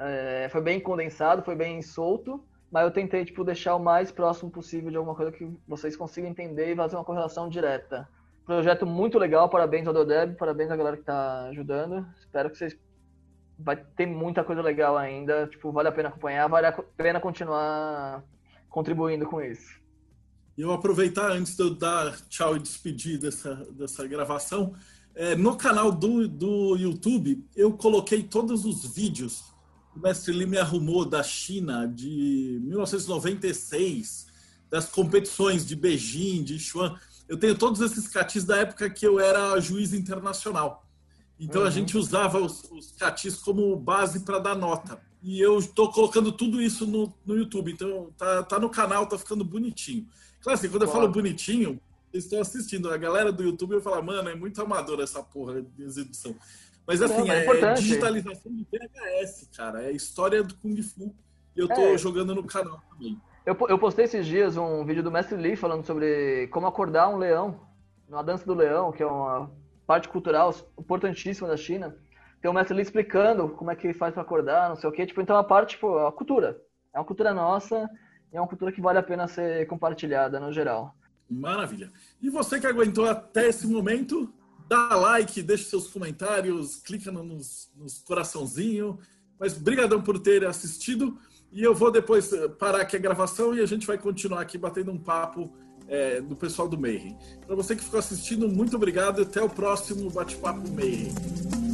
É, foi bem condensado, foi bem solto, mas eu tentei tipo, deixar o mais próximo possível de alguma coisa que vocês consigam entender e fazer uma correlação direta. Projeto muito legal, parabéns ao Dodeb, parabéns à galera que está ajudando. Espero que vocês... Vai ter muita coisa legal ainda, tipo, vale a pena acompanhar, vale a pena continuar contribuindo com isso. E eu aproveitar, antes de eu dar tchau e despedir dessa, dessa gravação, é, no canal do, do YouTube, eu coloquei todos os vídeos que o mestre Li me arrumou da China de mil novecentos e noventa e seis, das competições de Beijing, de Xuan. eu tenho todos esses catis da época que eu era juiz internacional. Então uhum. a gente usava os, os catis como base para dar nota. E eu estou colocando tudo isso no, no YouTube. Então tá, tá no canal, tá ficando bonitinho. Claro, assim, quando eu falo bonitinho, vocês estão assistindo. A galera do YouTube eu falo, mano, é muito amador essa porra de exibição. Mas assim, Não, é, é digitalização de V H S, cara. É história do Kung Fu. E eu tô é. jogando no canal também. Eu, eu postei esses dias um vídeo do Mestre Li falando sobre como acordar um leão, na dança do leão, que é uma parte cultural importantíssima da China. Tem o Mestre Li explicando como é que faz para acordar, não sei o quê. Tipo, então a parte, tipo, a cultura. É uma cultura nossa e é uma cultura que vale a pena ser compartilhada no geral. Maravilha. E você que aguentou até esse momento, dá like, deixa seus comentários, clica nos, nos coraçãozinhos. Mas brigadão por ter assistido. E eu vou depois parar aqui a gravação e a gente vai continuar aqui batendo um papo é, do pessoal do Mayhem. Para você que ficou assistindo, muito obrigado e até o próximo Bate-Papo Mayhem.